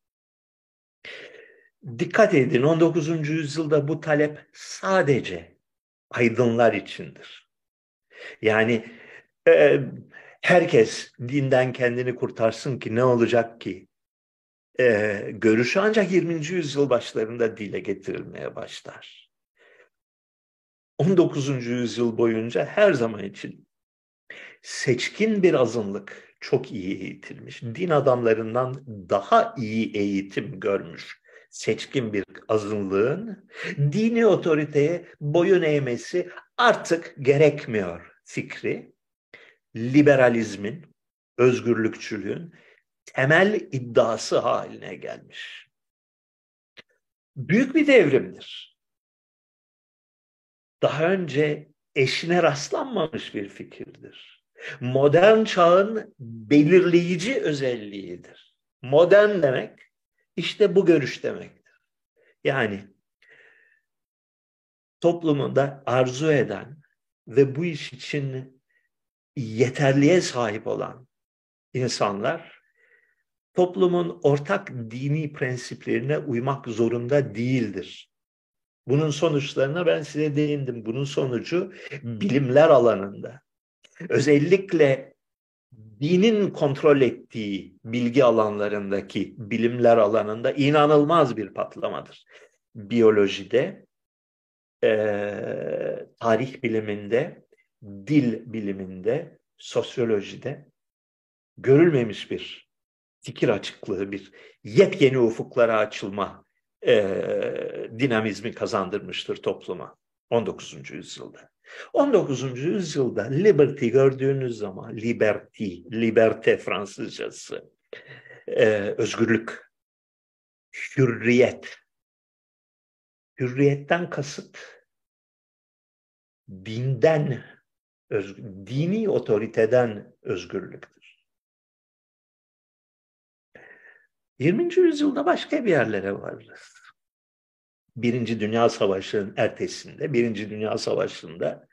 Dikkat edin, on dokuzuncu yüzyılda bu talep sadece aydınlar içindir. Yani e, herkes dinden kendini kurtarsın ki ne olacak ki? E, görüşü ancak yirminci yüzyıl başlarında dile getirilmeye başlar. on dokuzuncu yüzyıl boyunca her zaman için seçkin bir azınlık çok iyi eğitilmiş, din adamlarından daha iyi eğitim görmüş seçkin bir azınlığın dini otoriteye boyun eğmesi artık gerekmiyor fikri, liberalizmin, özgürlükçülüğün temel iddiası haline gelmiş. Büyük bir devrimdir. Daha önce eşine rastlanmamış bir fikirdir. Modern çağın belirleyici özelliğidir. Modern demek işte bu görüş demektir. Yani toplumunda arzu eden ve bu iş için yeterliğe sahip olan insanlar toplumun ortak dini prensiplerine uymak zorunda değildir. Bunun sonuçlarına ben size değindim. Bunun sonucu bilimler alanında, özellikle dinin kontrol ettiği bilgi alanlarındaki bilimler alanında inanılmaz bir patlamadır. Biyolojide, e, tarih biliminde, dil biliminde, sosyolojide görülmemiş bir fikir açıklığı, bir yepyeni ufuklara açılma e, dinamizmi kazandırmıştır topluma on dokuzuncu yüzyılda. on dokuzuncu yüzyılda liberty gördüğünüz zaman, liberty, liberté Fransızcası, e, özgürlük, hürriyet. Hürriyetten kasıt dinden, öz, dini otoriteden özgürlüktür. yirminci yüzyılda başka bir yerlere varırız. Birinci Dünya Savaşı'nın ertesinde, Birinci Dünya Savaşı'nda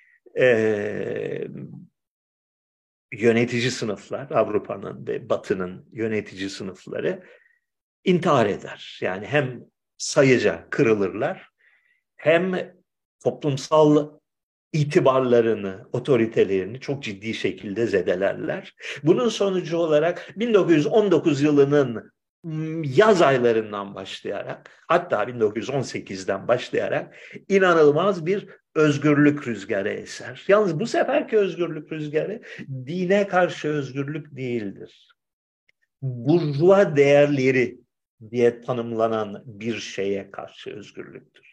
e, yönetici sınıflar, Avrupa'nın ve Batı'nın yönetici sınıfları intihar eder. Yani hem sayıca kırılırlar, hem toplumsal itibarlarını, otoritelerini çok ciddi şekilde zedelerler. Bunun sonucu olarak bin dokuz yüz on dokuz yılının yaz aylarından başlayarak, hatta bin dokuz yüz on sekizden başlayarak inanılmaz bir özgürlük rüzgarı eser. Yalnız bu seferki özgürlük rüzgarı dine karşı özgürlük değildir. Burjuva değerleri diye tanımlanan bir şeye karşı özgürlüktür.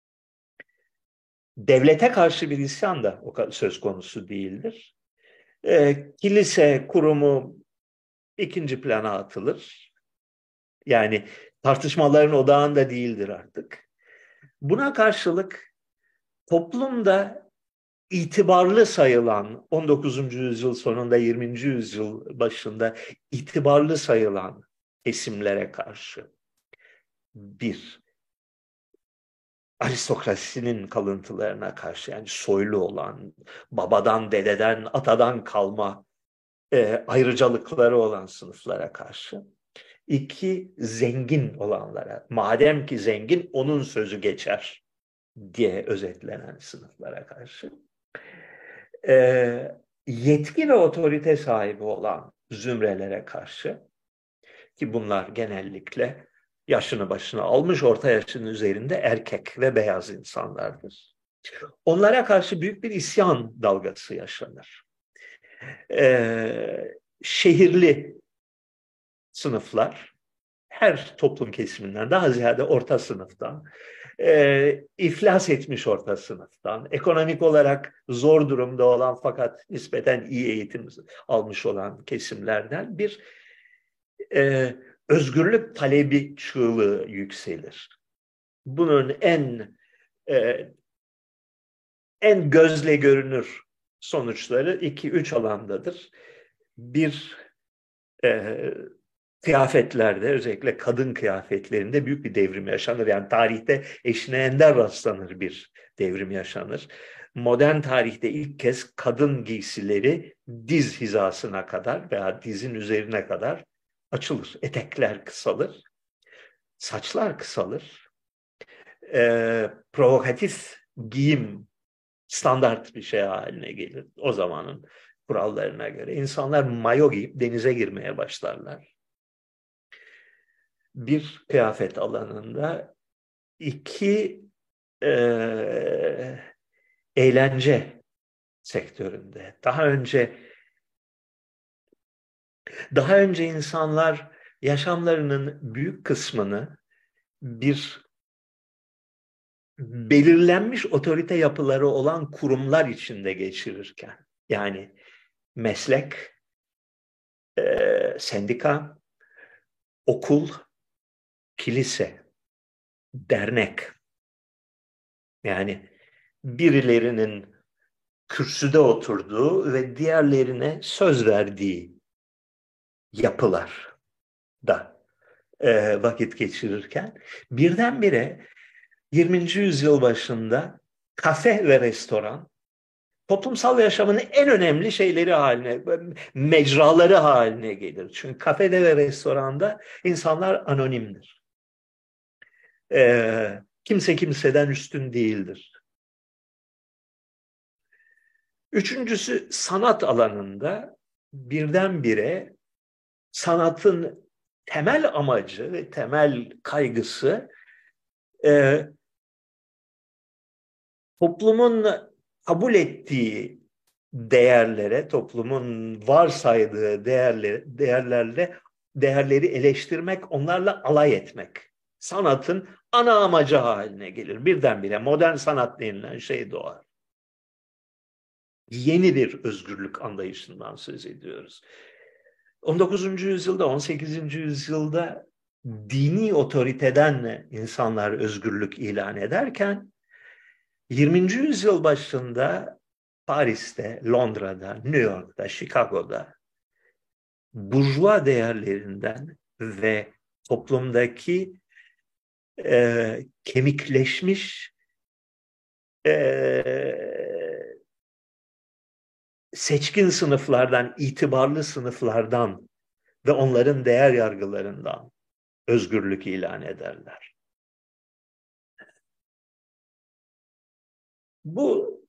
Devlete karşı bir isyan da o söz konusu değildir. E, kilise kurumu ikinci plana atılır. Yani tartışmaların odağında değildir artık. Buna karşılık toplumda itibarlı sayılan, on dokuzuncu yüzyıl sonunda yirminci yüzyıl başında itibarlı sayılan kesimlere karşı bir, aristokrasinin kalıntılarına karşı, yani soylu olan, babadan, dededen, atadan kalma e, ayrıcalıkları olan sınıflara karşı. İki, zengin olanlara, madem ki zengin onun sözü geçer diye özetlenen sınıflara karşı. E, yetki ve otorite sahibi olan zümrelere karşı, ki bunlar genellikle yaşını başına almış, orta yaşın üzerinde erkek ve beyaz insanlardır. Onlara karşı büyük bir isyan dalgası yaşanır. Ee, şehirli sınıflar, her toplum kesiminden, daha ziyade orta sınıftan, e, iflas etmiş orta sınıftan, ekonomik olarak zor durumda olan fakat nispeten iyi eğitim almış olan kesimlerden bir e, özgürlük talebi çığlığı yükselir. Bunun en e, en gözle görünür sonuçları iki üç alandadır. Bir, e, kıyafetlerde, özellikle kadın kıyafetlerinde büyük bir devrim yaşanır. Yani tarihte eşine ender rastlanır bir devrim yaşanır. Modern tarihte ilk kez kadın giysileri diz hizasına kadar veya dizin üzerine kadar açılır. Etekler kısalır, saçlar kısalır. Ee, provokatif giyim standart bir şey haline gelir o zamanın kurallarına göre. İnsanlar mayo giyip denize girmeye başlarlar. Bir, kıyafet alanında; iki, e, eğlence sektöründe. Daha önce daha önce insanlar yaşamlarının büyük kısmını bir belirlenmiş otorite yapıları olan kurumlar içinde geçirirken, yani meslek, e, sendika, okul, kilise, dernek, yani birilerinin kürsüde oturduğu ve diğerlerine söz verdiği yapılar da e, vakit geçirirken, birdenbire yirminci yüzyıl başında kafe ve restoran toplumsal yaşamın en önemli şeyleri haline, mecraları haline gelir. Çünkü kafede ve restoranda insanlar anonimdir. E, kimse kimseden üstün değildir. Üçüncüsü, sanat alanında birdenbire sanatın temel amacı ve temel kaygısı e, toplumun kabul ettiği değerlere, toplumun varsaydığı değerleri, değerlerle değerleri eleştirmek, onlarla alay etmek Sanatın ana amacı haline gelir. Birdenbire modern sanat denilen şey doğar. Yeni bir özgürlük anlayışından söz ediyoruz. on dokuzuncu yüzyılda, on sekizinci yüzyılda dini otoriteden insanlar özgürlük ilan ederken, yirminci yüzyıl başında Paris'te, Londra'da, New York'ta, Chicago'da burjuva değerlerinden ve toplumdaki e, kemikleşmiş e, seçkin sınıflardan, itibarlı sınıflardan ve onların değer yargılarından özgürlük ilan ederler. Bu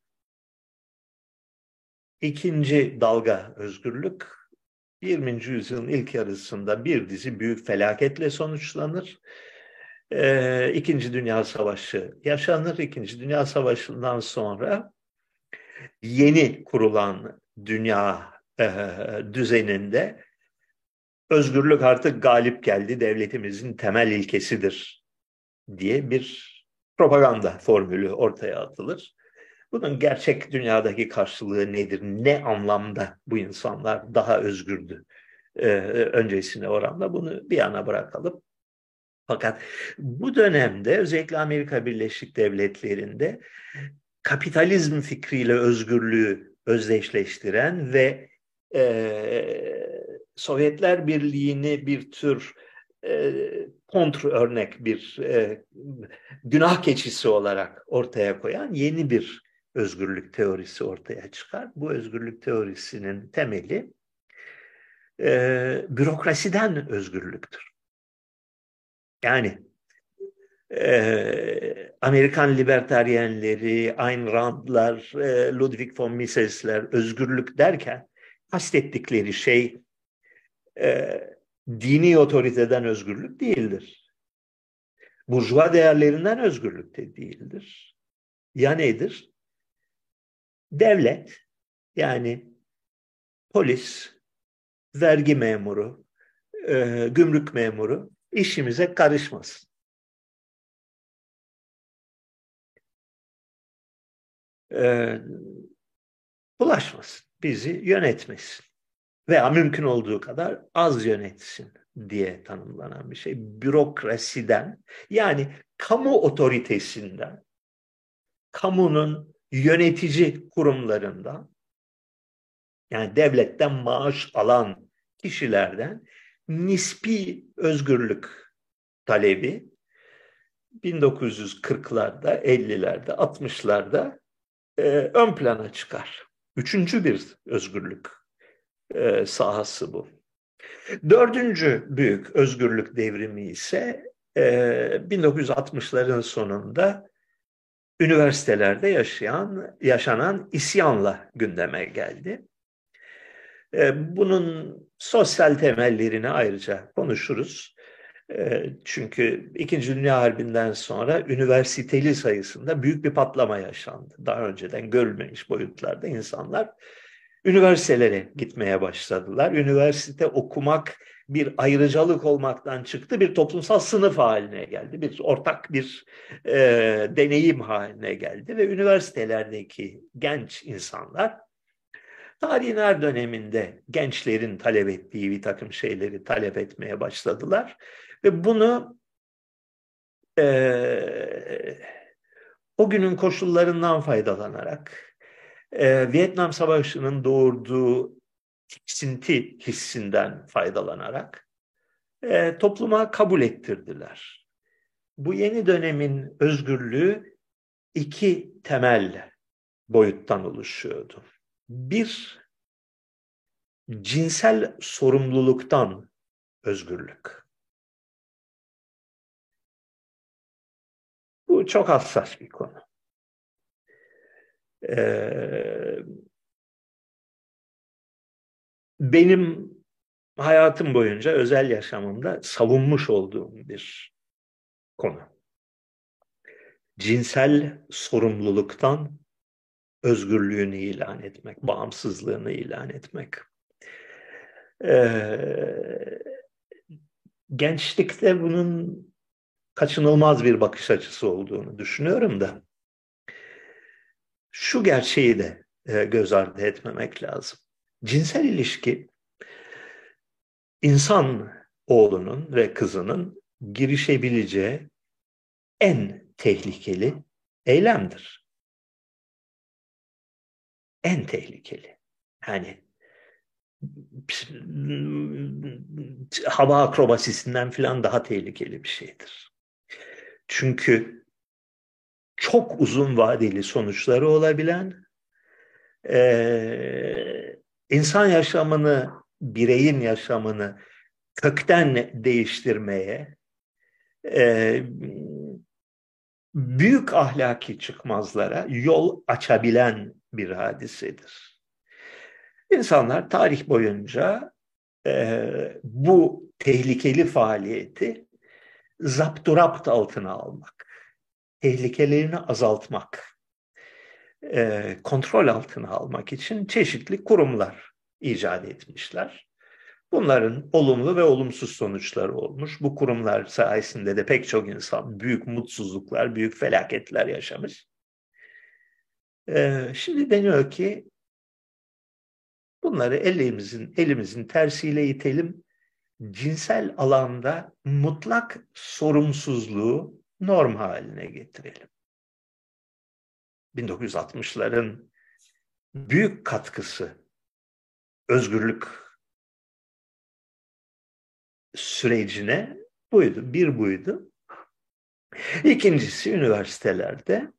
ikinci dalga özgürlük yirminci yüzyılın ilk yarısında bir dizi büyük felaketle sonuçlanır. Ee, İkinci Dünya Savaşı yaşanır. İkinci Dünya Savaşı'ndan sonra yeni kurulan dünya e, düzeninde özgürlük artık galip geldi, devletimizin temel ilkesidir diye bir propaganda formülü ortaya atılır. Bunun gerçek dünyadaki karşılığı nedir? Ne anlamda bu insanlar daha özgürdü e, öncesine oranla? Bunu bir yana bırakalım. Fakat bu dönemde özellikle Amerika Birleşik Devletleri'nde kapitalizm fikriyle özgürlüğü özdeşleştiren ve e, Sovyetler Birliği'ni bir tür e, kontr örnek, bir e, günah keçisi olarak ortaya koyan yeni bir özgürlük teorisi ortaya çıkar. Bu özgürlük teorisinin temeli e, bürokrasiden özgürlüktür. Yani e, Amerikan libertaryenleri, Ayn Rand'lar, e, Ludwig von Mises'ler özgürlük derken kastettikleri şey e, dini otoriteden özgürlük değildir. Burjuva değerlerinden özgürlük de değildir. Ya nedir? Devlet, yani polis, vergi memuru, e, gümrük memuru işimize karışmasın. E, bulaşmasın, bizi yönetmesin. Veya mümkün olduğu kadar az yönetsin diye tanımlanan bir şey. Bürokrasiden, yani kamu otoritesinden, kamunun yönetici kurumlarından, yani devletten maaş alan kişilerden nispi özgürlük talebi bin dokuz yüz kırklarda, ellilerde, altmışlarda e, ön plana çıkar. Üçüncü bir özgürlük e, sahası bu. Dördüncü büyük özgürlük devrimi ise e, bin dokuz yüz altmışların sonunda üniversitelerde yaşayan, yaşanan isyanla gündeme geldi. E, bunun sosyal temellerini ayrıca konuşuruz. E, çünkü İkinci Dünya Harbi'nden sonra üniversiteli sayısında büyük bir patlama yaşandı. Daha önceden görülmemiş boyutlarda insanlar üniversitelere gitmeye başladılar. Üniversite okumak bir ayrıcalık olmaktan çıktı, bir toplumsal sınıf haline geldi. Bir ortak bir e, deneyim haline geldi ve üniversitelerdeki genç insanlar tarihin her döneminde gençlerin talep ettiği bir takım şeyleri talep etmeye başladılar. Ve bunu e, o günün koşullarından faydalanarak, e, Vietnam Savaşı'nın doğurduğu tiksinti hissinden faydalanarak e, topluma kabul ettirdiler. Bu yeni dönemin özgürlüğü iki temel boyuttan oluşuyordu. Bir, cinsel sorumluluktan özgürlük. Bu çok hassas bir konu. Ee, benim hayatım boyunca özel yaşamımda savunmuş olduğum bir konu. Cinsel sorumluluktan özgürlüğünü ilan etmek, bağımsızlığını ilan etmek. Ee, gençlikte bunun kaçınılmaz bir bakış açısı olduğunu düşünüyorum da şu gerçeği de e, göz ardı etmemek lazım. Cinsel ilişki insan oğlunun ve kızının girişebileceği en tehlikeli eylemdir. En tehlikeli. Yani hava akrobasisinden falan daha tehlikeli bir şeydir. Çünkü çok uzun vadeli sonuçları olabilen, e, insan yaşamını, bireyin yaşamını kökten değiştirmeye, e, büyük ahlaki çıkmazlara yol açabilen bir hadisedir. İnsanlar tarih boyunca e, bu tehlikeli faaliyeti zapturapt altına almak, tehlikelerini azaltmak, e, kontrol altına almak için çeşitli kurumlar icat etmişler. Bunların olumlu ve olumsuz sonuçları olmuş. Bu kurumlar sayesinde de pek çok insan büyük mutsuzluklar, büyük felaketler yaşamış. E, şimdi deniyor ki bunları elimizin elimizin tersiyle itelim. Cinsel alanda mutlak sorumsuzluğu norm haline getirelim. bin dokuz yüz altmışların büyük katkısı özgürlük sürecine buydu. Bir buydu. İkincisi üniversitelerde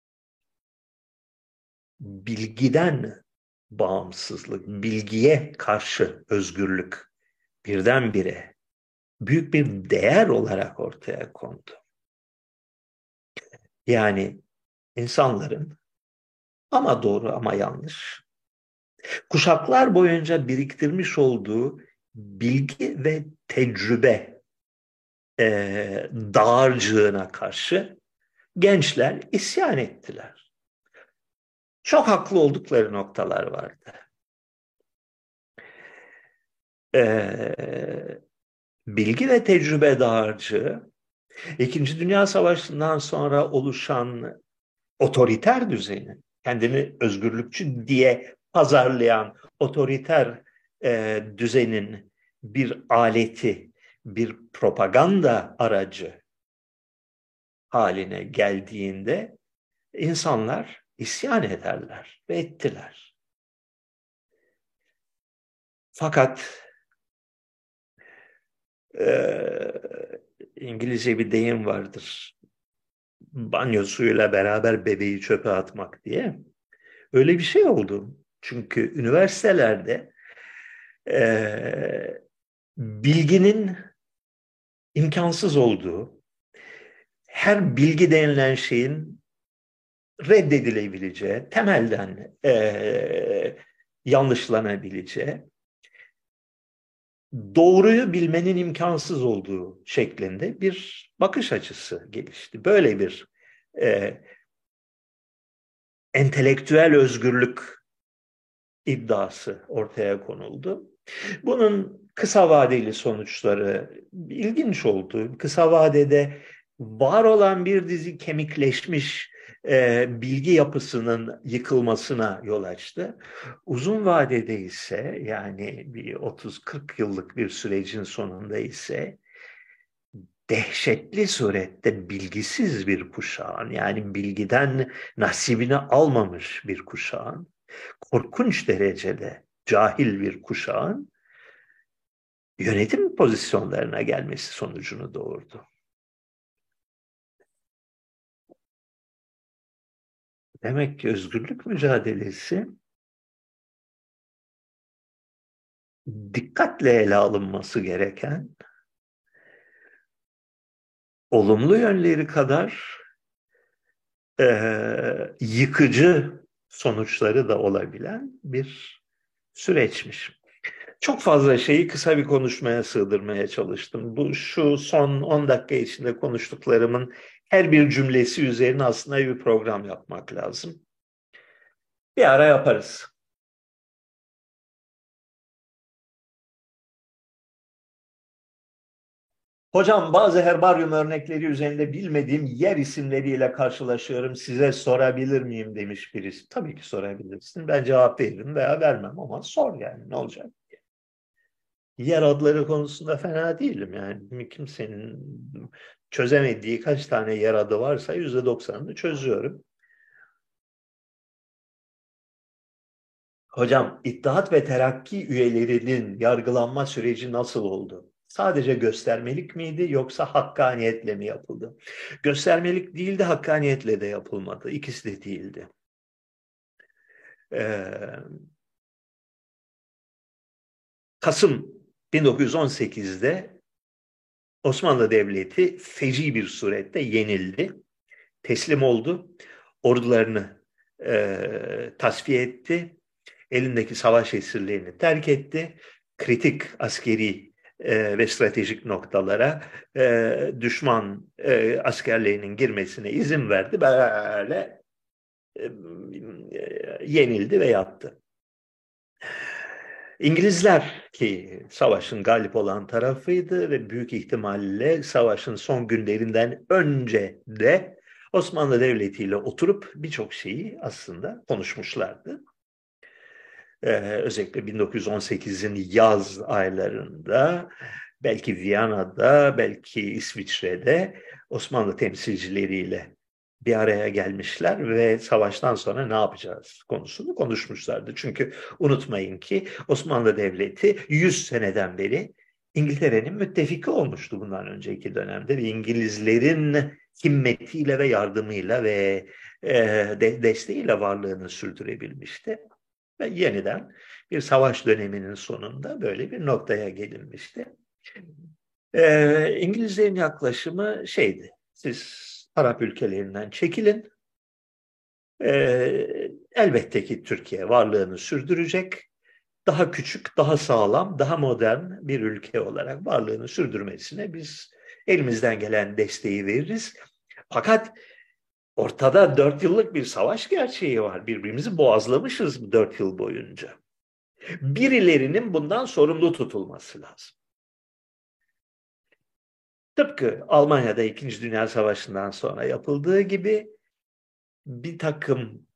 bilgiden bağımsızlık, bilgiye karşı özgürlük birdenbire büyük bir değer olarak ortaya kondu. Yani insanların ama doğru ama yanlış kuşaklar boyunca biriktirmiş olduğu bilgi ve tecrübe e, dağarcığına karşı gençler isyan ettiler. Çok haklı oldukları noktalar vardı. E, bilgi ve tecrübe dağarcığı, İkinci Dünya Savaşı'ndan sonra oluşan otoriter düzenin, kendini özgürlükçü diye pazarlayan otoriter e, düzenin bir aleti, bir propaganda aracı haline geldiğinde insanlar isyan ederler ve ettiler. Fakat e, İngilizce bir deyim vardır. Banyo suyuyla beraber bebeği çöpe atmak diye. Öyle bir şey oldu. Çünkü üniversitelerde e, bilginin imkansız olduğu, her bilgi denilen şeyin reddedilebileceği, temelden e, yanlışlanabileceği, doğruyu bilmenin imkansız olduğu şeklinde bir bakış açısı gelişti. Böyle bir e, entelektüel özgürlük iddiası ortaya konuldu. Bunun kısa vadeli sonuçları ilginç oldu. Kısa vadede var olan bir dizi kemikleşmiş e, bilgi yapısının yıkılmasına yol açtı. Uzun vadede ise yani bir otuz kırk yıllık bir sürecin sonunda ise dehşetli surette bilgisiz bir kuşağın yani bilgiden nasibini almamış bir kuşağın korkunç derecede cahil bir kuşağın yönetim pozisyonlarına gelmesi sonucunu doğurdu. Demek ki özgürlük mücadelesi dikkatle ele alınması gereken, olumlu yönleri kadar e, yıkıcı sonuçları da olabilen bir süreçmiş. Çok fazla şeyi kısa bir konuşmaya sığdırmaya çalıştım. Bu şu son on dakika içinde konuştuklarımın her bir cümlesi üzerine aslında bir program yapmak lazım. Bir ara yaparız. Hocam bazı herbaryum örnekleri üzerinde bilmediğim yer isimleriyle karşılaşıyorum. Size sorabilir miyim demiş birisi. Tabii ki sorabilirsin. Ben cevap veririm veya vermem ama sor yani ne olacak? Yer adları konusunda fena değilim yani. Kimsenin çözemediği kaç tane yer adı varsa yüzde doksanını çözüyorum. Hocam, İttihat ve Terakki üyelerinin yargılanma süreci nasıl oldu? Sadece göstermelik miydi yoksa hakkaniyetle mi yapıldı? Göstermelik değildi, hakkaniyetle de yapılmadı. İkisi de değildi. Ee, Kasım bin dokuz yüz on sekizde Osmanlı Devleti feci bir surette yenildi, teslim oldu, ordularını e, tasfiye etti, elindeki savaş esirlerini terk etti, kritik askeri e, ve stratejik noktalara e, düşman e, askerlerinin girmesine izin verdi. Böyle e, e, yenildi ve yattı. İngilizler ki savaşın galip olan tarafıydı ve büyük ihtimalle savaşın son günlerinden önce de Osmanlı Devleti ile oturup birçok şeyi aslında konuşmuşlardı. Ee, özellikle bin dokuz yüz on sekizin yaz aylarında belki Viyana'da, belki İsviçre'de Osmanlı temsilcileriyle bir araya gelmişler ve savaştan sonra ne yapacağız konusunu konuşmuşlardı. Çünkü unutmayın ki Osmanlı Devleti yüz seneden beri İngiltere'nin müttefiki olmuştu bundan önceki dönemde ve İngilizlerin himmetiyle ve yardımıyla ve e, de, desteğiyle varlığını sürdürebilmişti. Ve yeniden bir savaş döneminin sonunda böyle bir noktaya gelinmişti. Ee, İngilizlerin yaklaşımı şeydi, siz Arap ülkelerinden çekilin, ee, elbette ki Türkiye varlığını sürdürecek, daha küçük, daha sağlam, daha modern bir ülke olarak varlığını sürdürmesine biz elimizden gelen desteği veririz. Fakat ortada dört yıllık bir savaş gerçeği var. Birbirimizi boğazlamışız bu dört yıl boyunca. Birilerinin bundan sorumlu tutulması lazım. Tıpkı Almanya'da İkinci Dünya Savaşı'ndan sonra yapıldığı gibi bir takım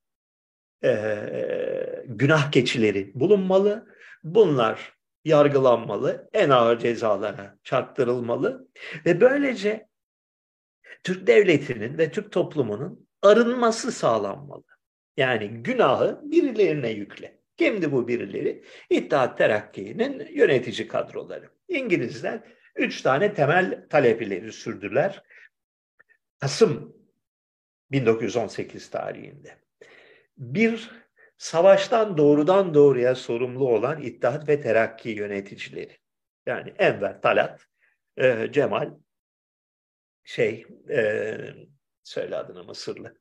e, günah keçileri bulunmalı. Bunlar yargılanmalı, en ağır cezalara çarptırılmalı ve böylece Türk devletinin ve Türk toplumunun arınması sağlanmalı. Yani günahı birilerine yükle. Kimdi bu birileri? İttihat Terakki'nin yönetici kadroları. İngilizler üç tane temel talep ileri sürdüler. Kasım bin dokuz yüz on sekiz tarihinde. Bir, savaştan doğrudan doğruya sorumlu olan İttihat ve Terakki yöneticileri. Yani Enver, Talat, e, Cemal, şey, e, söyle adını Mısırlı.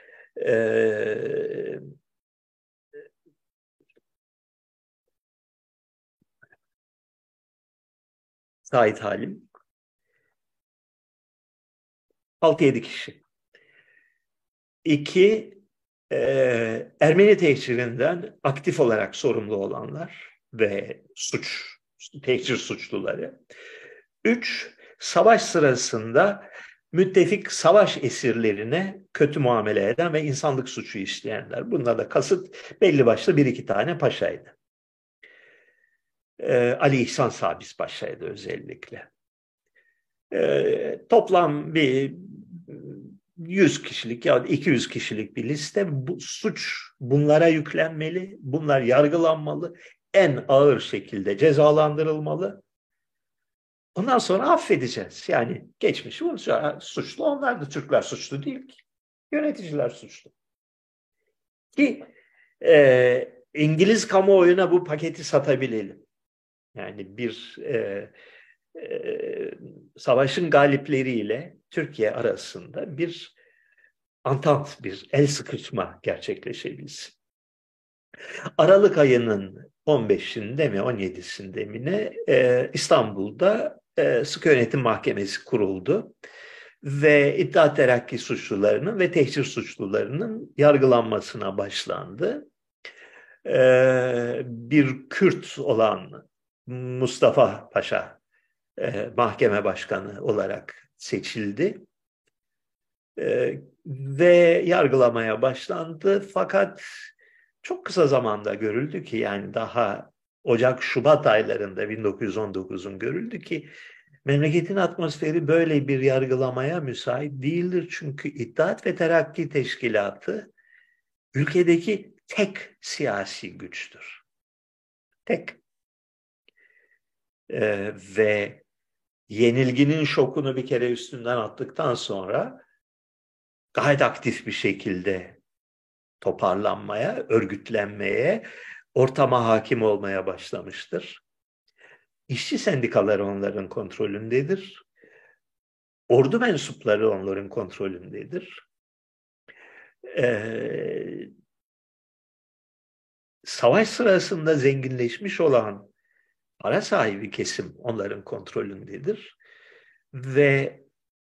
E, Sait Halim. altı yedi kişi. İki, e, Ermeni tehcirinden aktif olarak sorumlu olanlar ve suç, tehcir suçluları. Üç, savaş sırasında müttefik savaş esirlerine kötü muamele eden ve insanlık suçu işleyenler. Bunlar da kasıt belli başlı bir iki tane paşaydı. E, Ali İhsan Sabis Paşa'ydı özellikle. E, toplam bir yüz kişilik ya da iki yüz kişilik bir liste. Bu suç bunlara yüklenmeli, bunlar yargılanmalı, en ağır şekilde cezalandırılmalı. Ondan sonra affedeceğiz. Yani geçmiş suçlu onlar da Türkler suçlu değil ki. Yöneticiler suçlu. Ki e, İngiliz kamuoyuna bu paketi satabilelim. Yani bir e, e, savaşın galipleriyle Türkiye arasında bir antant, bir el sıkışma gerçekleşebilsin. Aralık ayının on beşinde mi on yedisinde mi ne e, İstanbul'da e, Sıkı Yönetim Mahkemesi kuruldu ve İttihat Terakki suçlularının ve tehcir suçlularının yargılanmasına başlandı. E, bir Kürt olan Mustafa Paşa e, mahkeme başkanı olarak seçildi. E, ve yargılamaya başlandı. Fakat çok kısa zamanda görüldü ki, yani daha Ocak-Şubat aylarında bin dokuz yüz on dokuzun görüldü ki memleketin atmosferi böyle bir yargılamaya müsait değildir. Çünkü İttihat ve Terakki Teşkilatı ülkedeki tek siyasi güçtür. Tek. Ee, ve yenilginin şokunu bir kere üstünden attıktan sonra gayet aktif bir şekilde toparlanmaya, örgütlenmeye, ortama hakim olmaya başlamıştır. İşçi sendikaları onların kontrolündedir. Ordu mensupları onların kontrolündedir. Ee, savaş sırasında zenginleşmiş olan para sahibi kesim onların kontrolündedir. Ve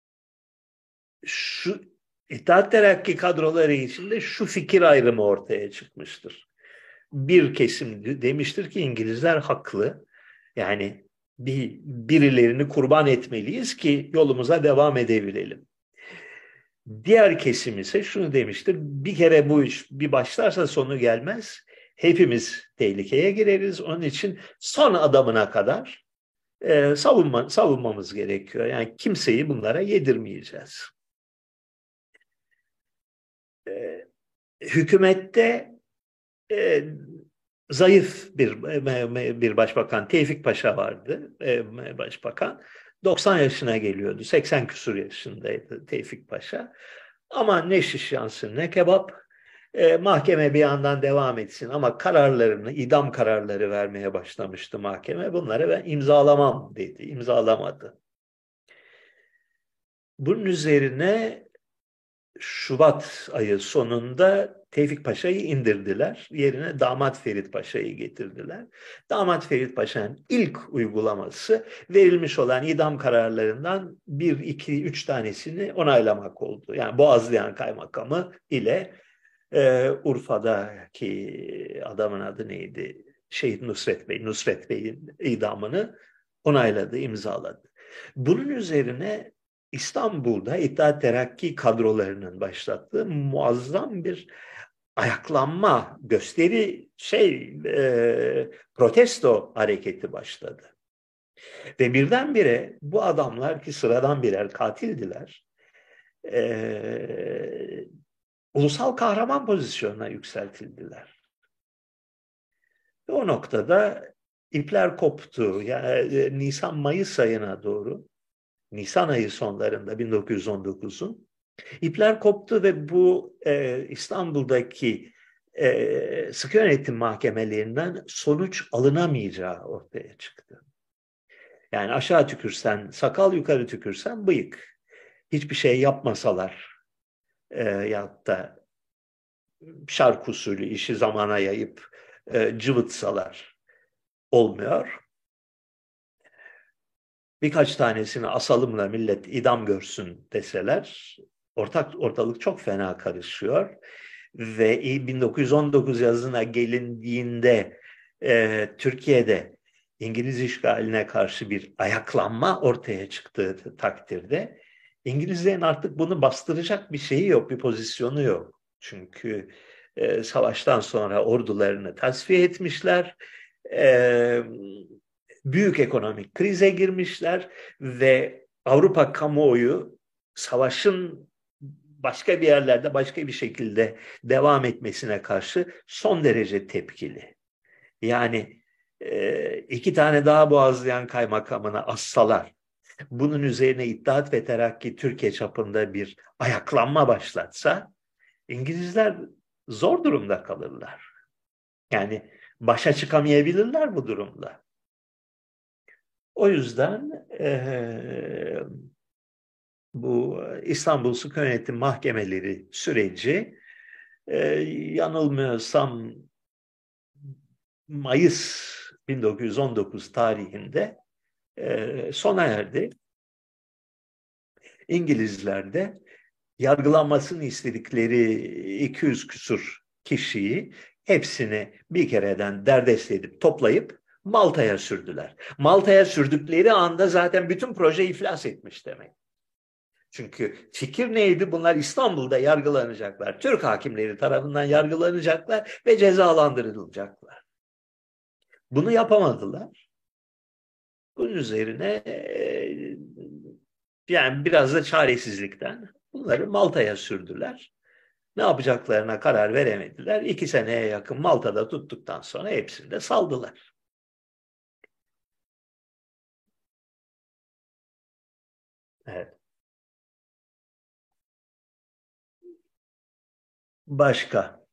şu İttihat Terakki kadroları içinde şu fikir ayrımı ortaya çıkmıştır. Bir kesim demiştir ki İngilizler haklı. Yani bir birilerini kurban etmeliyiz ki yolumuza devam edebilelim. Diğer kesim ise şunu demiştir: bir kere bu iş bir başlarsa sonu gelmez. Hepimiz tehlikeye gireriz. Onun için son adamına kadar e, savunma, savunmamız gerekiyor. Yani kimseyi bunlara yedirmeyeceğiz. E, hükümette e, zayıf bir bir başbakan, Tevfik Paşa vardı, e, başbakan. doksan yaşına geliyordu. seksen küsur yaşındaydı Tevfik Paşa. Ama ne şiş yansın ne kebap. E, mahkeme bir yandan devam etsin ama kararlarını, idam kararları vermeye başlamıştı mahkeme. Bunları ben imzalamam dedi. İmzalamadı. Bunun üzerine Şubat ayı sonunda Tevfik Paşa'yı indirdiler. Yerine Damat Ferit Paşa'yı getirdiler. Damat Ferit Paşa'nın ilk uygulaması verilmiş olan idam kararlarından bir, iki, üç tanesini onaylamak oldu. Yani Boğazlayan Kaymakamı ile e, Urfa'daki adamın adı neydi? Şehit Nusret Bey, Nusret Bey'in idamını onayladı, imzaladı. Bunun üzerine İstanbul'da İttihat Terakki kadrolarının başlattığı muazzam bir ayaklanma, gösteri, şey, e, protesto hareketi başladı. Ve birdenbire bu adamlar, ki sıradan birer katildiler, e, ulusal kahraman pozisyonuna yükseltildiler. Ve o noktada ipler koptu. Yani Nisan-Mayıs ayına doğru, Nisan ayı sonlarında bin dokuz yüz on dokuzun ipler koptu ve bu e, İstanbul'daki e, sıkı yönetim mahkemelerinden sonuç alınamayacağı ortaya çıktı. Yani aşağı tükürsen sakal, yukarı tükürsen bıyık. Hiçbir şey yapmasalar e, ya da şark usulü işi zamana yayıp e, cıvıtsalar olmuyor. Birkaç tanesini asalımla millet idam görsün deseler ortak ortalık çok fena karışıyor. Ve bin dokuz yüz on dokuz yazına gelindiğinde e, Türkiye'de İngiliz işgaline karşı bir ayaklanma ortaya çıktığı takdirde İngilizlerin artık bunu bastıracak bir şeyi yok, bir pozisyonu yok. Çünkü e, savaştan sonra ordularını tasfiye etmişler. E, büyük ekonomik krize girmişler ve Avrupa kamuoyu savaşın başka bir yerlerde başka bir şekilde devam etmesine karşı son derece tepkili. Yani e, iki tane daha Boğazlayan Kaymakamına assalar, bunun üzerine İttihat ve Terakki Türkiye çapında bir ayaklanma başlatsa İngilizler zor durumda kalırlar. Yani başa çıkamayabilirler bu durumda. O yüzden e, bu İstanbul Sıkı Yönetim Mahkemeleri süreci e, yanılmıyorsam Mayıs bin dokuz yüz on dokuz tarihinde e, sona erdi. İngilizler de yargılanmasını istedikleri iki yüz küsur kişiyi hepsini bir kereden derdest edip toplayıp Malta'ya sürdüler. Malta'ya sürdükleri anda zaten bütün proje iflas etmiş demek. Çünkü fikir neydi? Bunlar İstanbul'da yargılanacaklar. Türk hakimleri tarafından yargılanacaklar ve cezalandırılacaklar. Bunu yapamadılar. Bunun üzerine e, yani biraz da çaresizlikten bunları Malta'ya sürdüler. Ne yapacaklarına karar veremediler. İki seneye yakın Malta'da tuttuktan sonra hepsini de saldılar. Evet. Başka.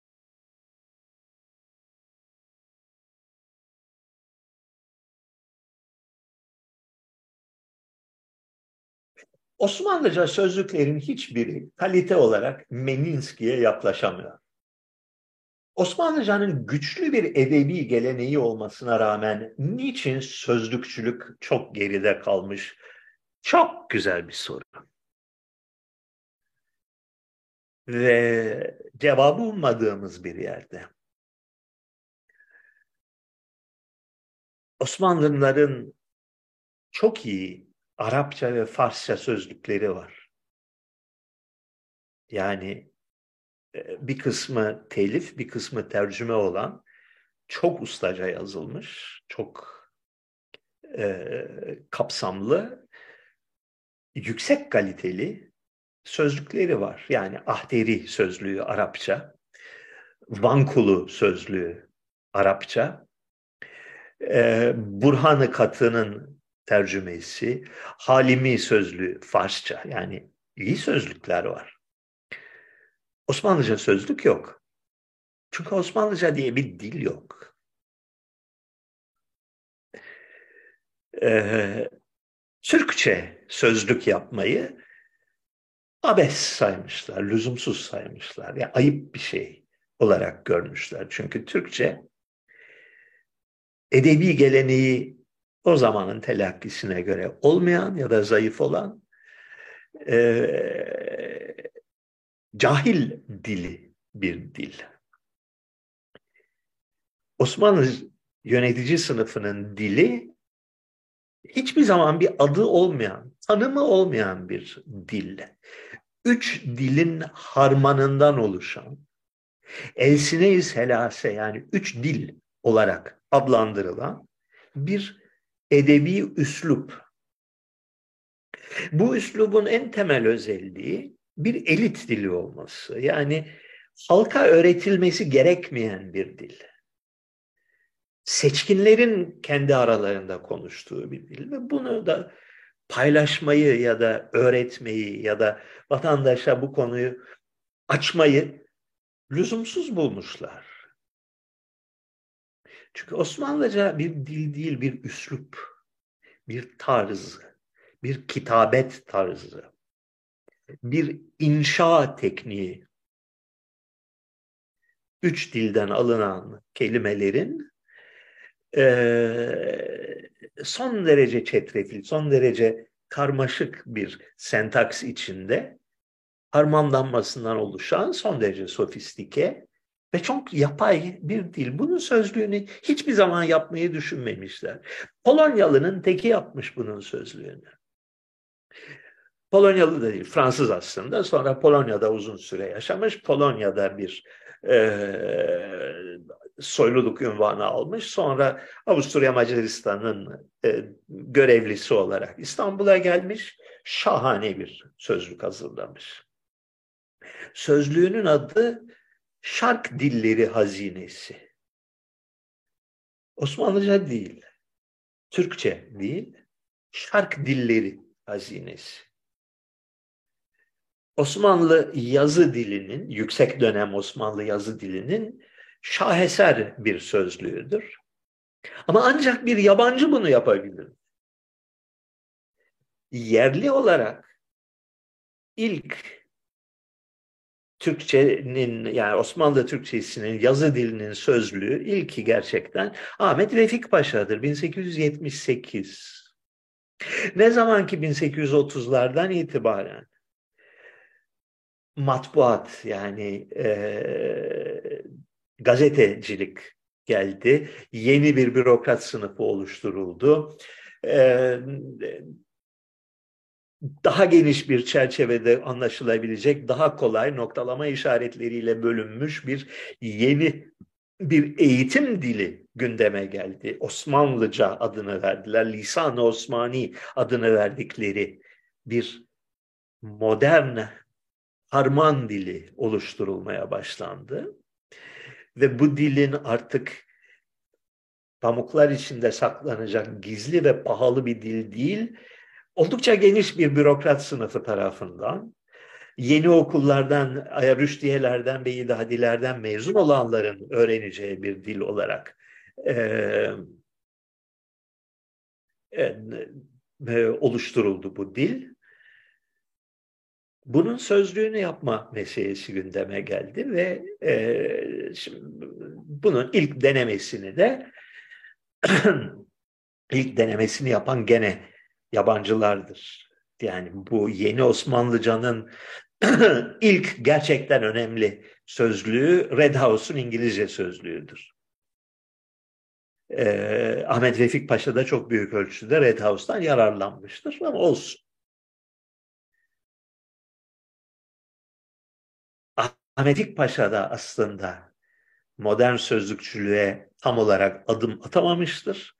Osmanlıca sözlüklerin hiçbiri kalite olarak Meninski'ye yaklaşamıyor. Osmanlıcanın güçlü bir edebi geleneği olmasına rağmen niçin sözlükçülük çok geride kalmış? Çok güzel bir soru. Ve cevabı ummadığımız bir yerde. Osmanlıların çok iyi Arapça ve Farsça sözlükleri var. Yani e, bir kısmı telif, bir kısmı tercüme olan çok ustaca yazılmış, çok e, kapsamlı, yüksek kaliteli sözlükleri var. Yani Ahderi sözlüğü Arapça, Vankulu sözlüğü Arapça, e, Burhan-ı Katı'nın tercümesi, Halimi sözlüğü Farsça. Yani iyi sözlükler var. Osmanlıca sözlük yok. Çünkü Osmanlıca diye bir dil yok. E, Türkçe sözlük yapmayı abes saymışlar, lüzumsuz saymışlar. Yani ayıp bir şey olarak görmüşler. Çünkü Türkçe edebi geleneği o zamanın telakkisine göre olmayan ya da zayıf olan e, cahil dili bir dil. Osmanlı yönetici sınıfının dili hiçbir zaman bir adı olmayan, tanımı olmayan bir dil. Üç dilin harmanından oluşan, elsine-i selase yani üç dil olarak adlandırılan bir edebi üslup. Bu üslubun en temel özelliği bir elit dili olması. Yani halka öğretilmesi gerekmeyen bir dil. Seçkinlerin kendi aralarında konuştuğu bir dil ve bunu da paylaşmayı ya da öğretmeyi ya da vatandaşa bu konuyu açmayı lüzumsuz bulmuşlar. Çünkü Osmanlıca bir dil değil, bir üslup, bir tarz, bir kitabet tarzı, bir inşa tekniği. Üç dilden alınan kelimelerin e, son derece çetrefil, son derece karmaşık bir sentaks içinde harmanlanmasından oluşan son derece sofistike ve çok yapay bir dil. Bunun sözlüğünü hiçbir zaman yapmayı düşünmemişler. Polonyalı'nın teki yapmış bunun sözlüğünü. Polonyalı da değil, Fransız aslında. Sonra Polonya'da uzun süre yaşamış. Polonya'da bir e, soyluluk unvanı almış. Sonra Avusturya Macaristan'ın e, görevlisi olarak İstanbul'a gelmiş. Şahane bir sözlük hazırlamış. Sözlüğünün adı Şark Dilleri Hazinesi. Osmanlıca değil, Türkçe değil, Şark Dilleri Hazinesi. Osmanlı yazı dilinin, yüksek dönem Osmanlı yazı dilinin şaheser bir sözlüğüdür. Ama ancak bir yabancı bunu yapabilir. Yerli olarak ilk Türkçenin yani Osmanlı Türkçesinin yazı dilinin sözlüğü ilki gerçekten Ahmet Vefik Paşa'dır bin sekiz yüz yetmiş sekiz. Ne zaman ki bin sekiz yüz otuzlardan itibaren matbuat yani e, gazetecilik geldi. Yeni bir bürokrat sınıfı oluşturuldu. Ee, daha geniş bir çerçevede anlaşılabilecek, daha kolay noktalama işaretleriyle bölünmüş bir yeni bir eğitim dili gündeme geldi. Osmanlıca adını verdiler, Lisan-ı Osmani adını verdikleri bir modern harman dili oluşturulmaya başlandı. Ve bu dilin artık pamuklar içinde saklanacak gizli ve pahalı bir dil değil, oldukça geniş bir bürokrat sınıfı tarafından, yeni okullardan, rüştiyelerden ve idadilerden mezun olanların öğreneceği bir dil olarak e, e, e, oluşturuldu bu dil. Bunun sözlüğünü yapma meselesi gündeme geldi ve e, şimdi bunun ilk denemesini de ilk denemesini yapan gene yabancılardır. Yani bu yeni Osmanlıcanın ilk gerçekten önemli sözlüğü Red House'un İngilizce sözlüğüdür. Ee, Ahmet Vefik Paşa da çok büyük ölçüde Red House'tan yararlanmıştır ama olsun. Ahmet Vefik Paşa da aslında modern sözlükçülüğe tam olarak adım atamamıştır.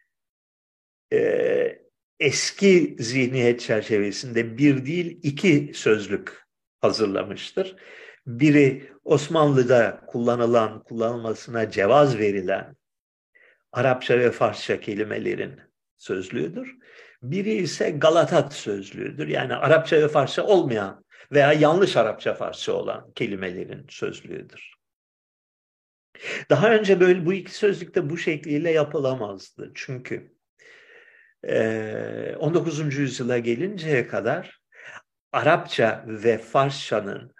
Ee, eski zihniyet çerçevesinde bir değil iki sözlük hazırlamıştır. Biri Osmanlı'da kullanılan, kullanılmasına cevaz verilen Arapça ve Farsça kelimelerin sözlüğüdür. Biri ise Galatat sözlüğüdür. Yani Arapça ve Farsça olmayan veya yanlış Arapça Farsça olan kelimelerin sözlüğüdür. Daha önce böyle bu iki sözlük de bu şekliyle yapılamazdı. Çünkü on dokuzuncu yüzyıla gelinceye kadar Arapça ve Farsçanın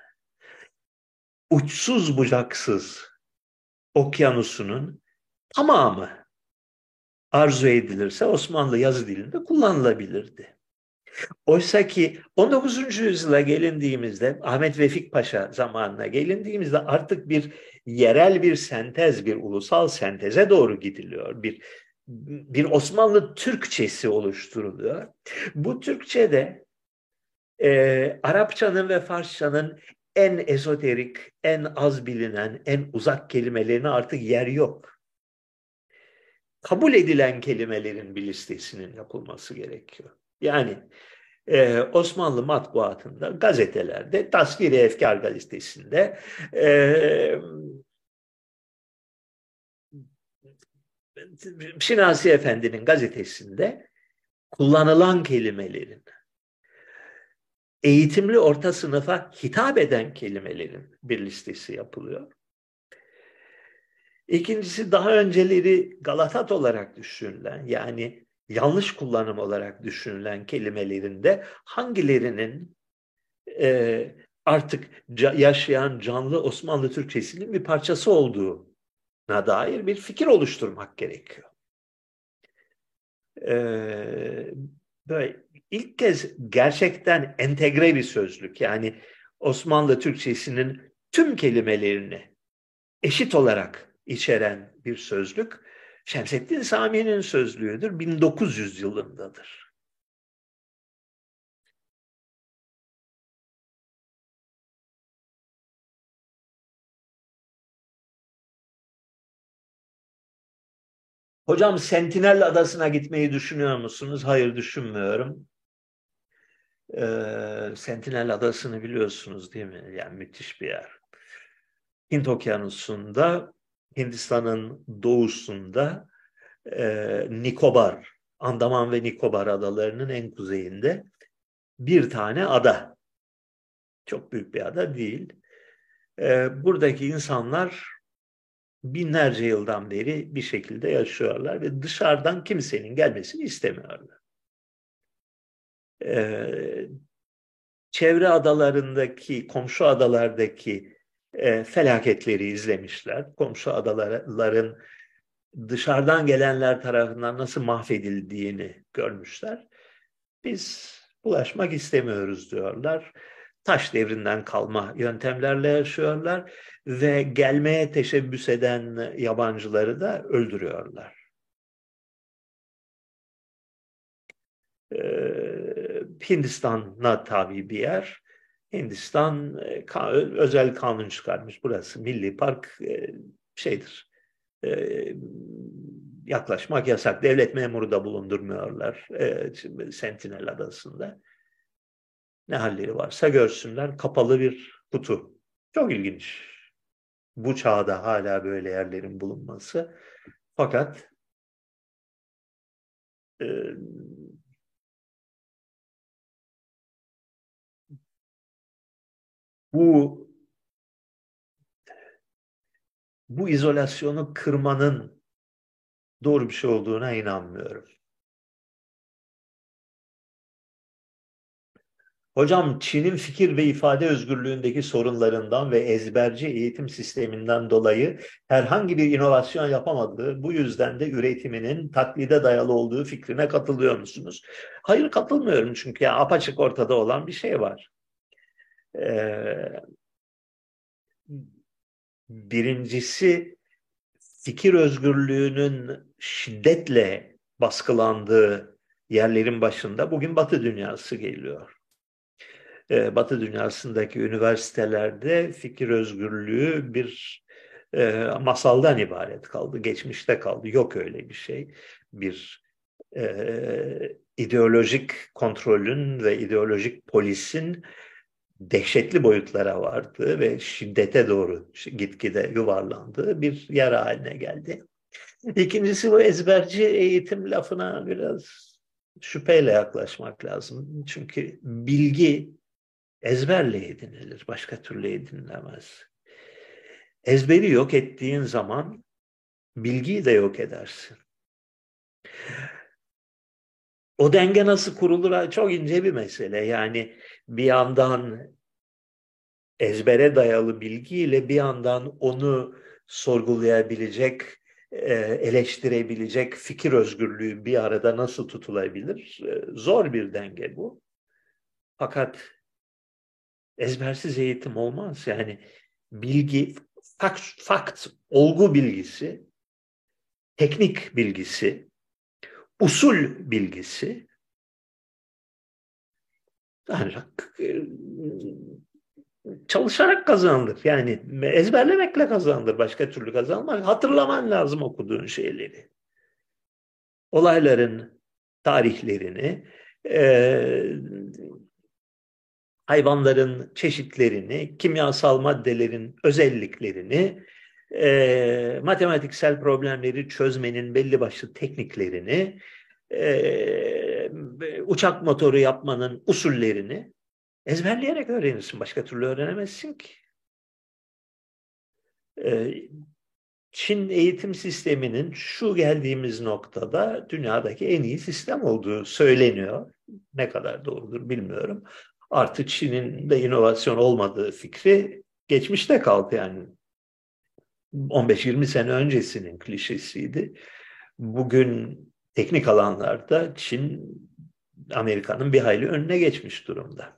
uçsuz bucaksız okyanusunun tamamı arzu edilirse Osmanlı yazı dilinde kullanılabilirdi. Oysa ki on dokuzuncu yüzyıla gelindiğimizde, Ahmet Vefik Paşa zamanına gelindiğimizde artık bir yerel bir sentez, bir ulusal senteze doğru gidiliyor. Bir bir Osmanlı Türkçesi oluşturuluyor. Bu Türkçe'de e, Arapçanın ve Farsçanın en ezoterik, en az bilinen, en uzak kelimelerine artık yer yok. Kabul edilen kelimelerin bir listesinin yapılması gerekiyor. Yani e, Osmanlı matbuatında, gazetelerde, Tasvir-i Efkar gazetesinde, e, Şinasi Efendi'nin gazetesinde kullanılan kelimelerin, eğitimli orta sınıfa hitap eden kelimelerin bir listesi yapılıyor. İkincisi daha önceleri Galatat olarak düşünülen, yani yanlış kullanım olarak düşünülen kelimelerinde hangilerinin e, artık ca- yaşayan canlı Osmanlı Türkçesinin bir parçası olduğuna dair bir fikir oluşturmak gerekiyor. E, böyle ilk kez gerçekten entegre bir sözlük, yani Osmanlı Türkçesinin tüm kelimelerini eşit olarak içeren bir sözlük Şemsettin Sami'nin sözlüğüdür. bin dokuz yüz yılındadır. Hocam Sentinel Adası'na gitmeyi düşünüyor musunuz? Hayır, düşünmüyorum. Ee, Sentinel Adası'nı biliyorsunuz değil mi? Yani müthiş bir yer. Hint Okyanusu'nda, Hindistan'ın doğusunda, e, Nikobar, Andaman ve Nikobar adalarının en kuzeyinde bir tane ada. Çok büyük bir ada değil. Ee, buradaki insanlar binlerce yıldan beri bir şekilde yaşıyorlar ve dışarıdan kimsenin gelmesini istemiyorlar. Ee, çevre adalarındaki, komşu adalardaki e, felaketleri izlemişler. Komşu adaların dışarıdan gelenler tarafından nasıl mahvedildiğini görmüşler. Biz bulaşmak istemiyoruz diyorlar. Taş devrinden kalma yöntemlerle yaşıyorlar ve gelmeye teşebbüs eden yabancıları da öldürüyorlar. Ee, Hindistan'a tabi bir yer. Hindistan e, özel kanun çıkarmış. Burası Milli Park e, şeydir. E, yaklaşmak yasak. Devlet memuru da bulundurmuyorlar e, Sentinel Adası'nda. Ne halleri varsa görsünler. Kapalı bir kutu. Çok ilginç. Bu çağda hala böyle yerlerin bulunması. Fakat e, bu bu izolasyonu kırmanın doğru bir şey olduğuna inanmıyorum. Hocam, Çin'in fikir ve ifade özgürlüğündeki sorunlarından ve ezberci eğitim sisteminden dolayı herhangi bir inovasyon yapamadığı, bu yüzden de üretiminin taklide dayalı olduğu fikrine katılıyor musunuz? Hayır, katılmıyorum, çünkü ya apaçık ortada olan bir şey var. Ee, birincisi, fikir özgürlüğünün şiddetle baskılandığı yerlerin başında bugün Batı dünyası geliyor. Ee, Batı dünyasındaki üniversitelerde fikir özgürlüğü bir e, masaldan ibaret kaldı, geçmişte kaldı. Yok öyle bir şey. Bir e, ideolojik kontrolün ve ideolojik polisin dehşetli boyutlara vardığı ve şiddete doğru gitgide yuvarlandığı bir yer haline geldi. İkincisi, bu ezberci eğitim lafına biraz şüpheyle yaklaşmak lazım. Çünkü bilgi ezberle edinilir, başka türlü edinilemez. Ezberi yok ettiğin zaman bilgiyi de yok edersin. O denge nasıl kurulur? Çok ince bir mesele. Yani bir yandan ezbere dayalı bilgiyle bir yandan onu sorgulayabilecek, e, eleştirebilecek fikir özgürlüğü bir arada nasıl tutulabilir? E, Zor bir denge bu. Fakat ezbersiz eğitim olmaz. Yani bilgi, fakt, fakt, olgu bilgisi, teknik bilgisi, usul bilgisi ancak e, çalışarak kazanılır. Yani ezberlemekle kazanılır. Başka türlü kazanılmaz. Hatırlaman lazım okuduğun şeyleri. Olayların tarihlerini, e, hayvanların çeşitlerini, kimyasal maddelerin özelliklerini, e, matematiksel problemleri çözmenin belli başlı tekniklerini, e, uçak motoru yapmanın usullerini ezberleyerek öğrenirsin. Başka türlü öğrenemezsin ki. E, Çin eğitim sisteminin şu geldiğimiz noktada dünyadaki en iyi sistem olduğu söyleniyor. Ne kadar doğrudur bilmiyorum. Artık Çin'in de inovasyon olmadığı fikri geçmişte kaldı yani. on beş yirmi sene öncesinin klişesiydi. Bugün teknik alanlarda Çin Amerika'nın bir hayli önüne geçmiş durumda.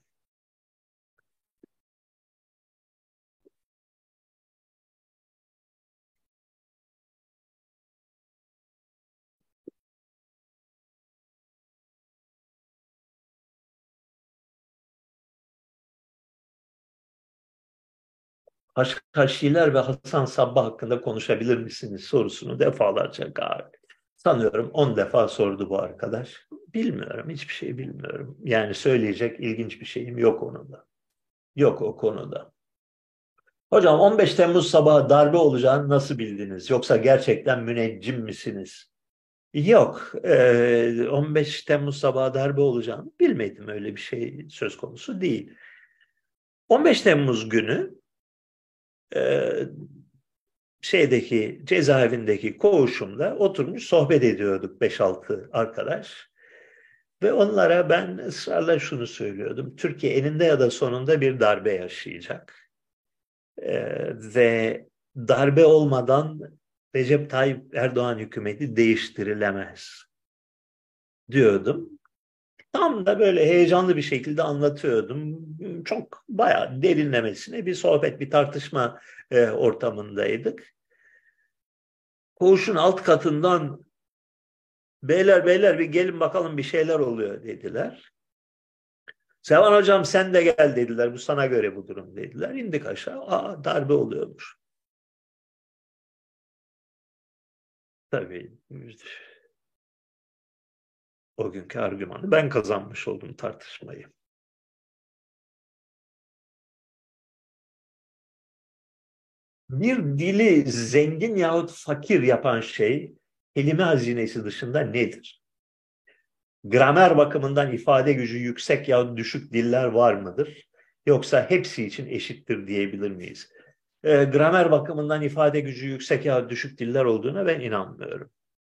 Haşhaşiler ve Hasan Sabbah hakkında konuşabilir misiniz sorusunu defalarca galiba. Sanıyorum on defa sordu bu arkadaş. Bilmiyorum, hiçbir şey bilmiyorum. Yani söyleyecek ilginç bir şeyim yok konuda. Yok o konuda. Hocam, on beş Temmuz sabahı darbe olacağını nasıl bildiniz? Yoksa gerçekten müneccim misiniz? Yok, eee, on beş Temmuz sabahı darbe olacağını bilmedim. Öyle bir şey söz konusu değil. on beş Temmuz günü eee, şeydeki cezaevindeki koğuşumda oturmuş sohbet ediyorduk beş altı arkadaş. Ve onlara ben ısrarla şunu söylüyordum. Türkiye eninde ya da sonunda bir darbe yaşayacak. Ee, ve darbe olmadan Recep Tayyip Erdoğan hükümeti değiştirilemez diyordum. Tam da böyle heyecanlı bir şekilde anlatıyordum. Çok bayağı derinlemesine bir sohbet, bir tartışma e, ortamındaydık. Koğuşun alt katından beyler beyler bir gelin bakalım bir şeyler oluyor dediler. Sevan hocam sen de gel dediler. Bu sana göre bu durum dediler. İndik aşağı. Aa, darbe oluyormuş. Tabii o günkü argümanı ben kazanmış oldum tartışmayı. Bir dili zengin yahut fakir yapan şey kelime hazinesi dışında nedir? Gramer bakımından ifade gücü yüksek yahut düşük diller var mıdır? Yoksa hepsi için eşittir diyebilir miyiz? E, gramer bakımından ifade gücü yüksek yahut düşük diller olduğuna ben inanmıyorum.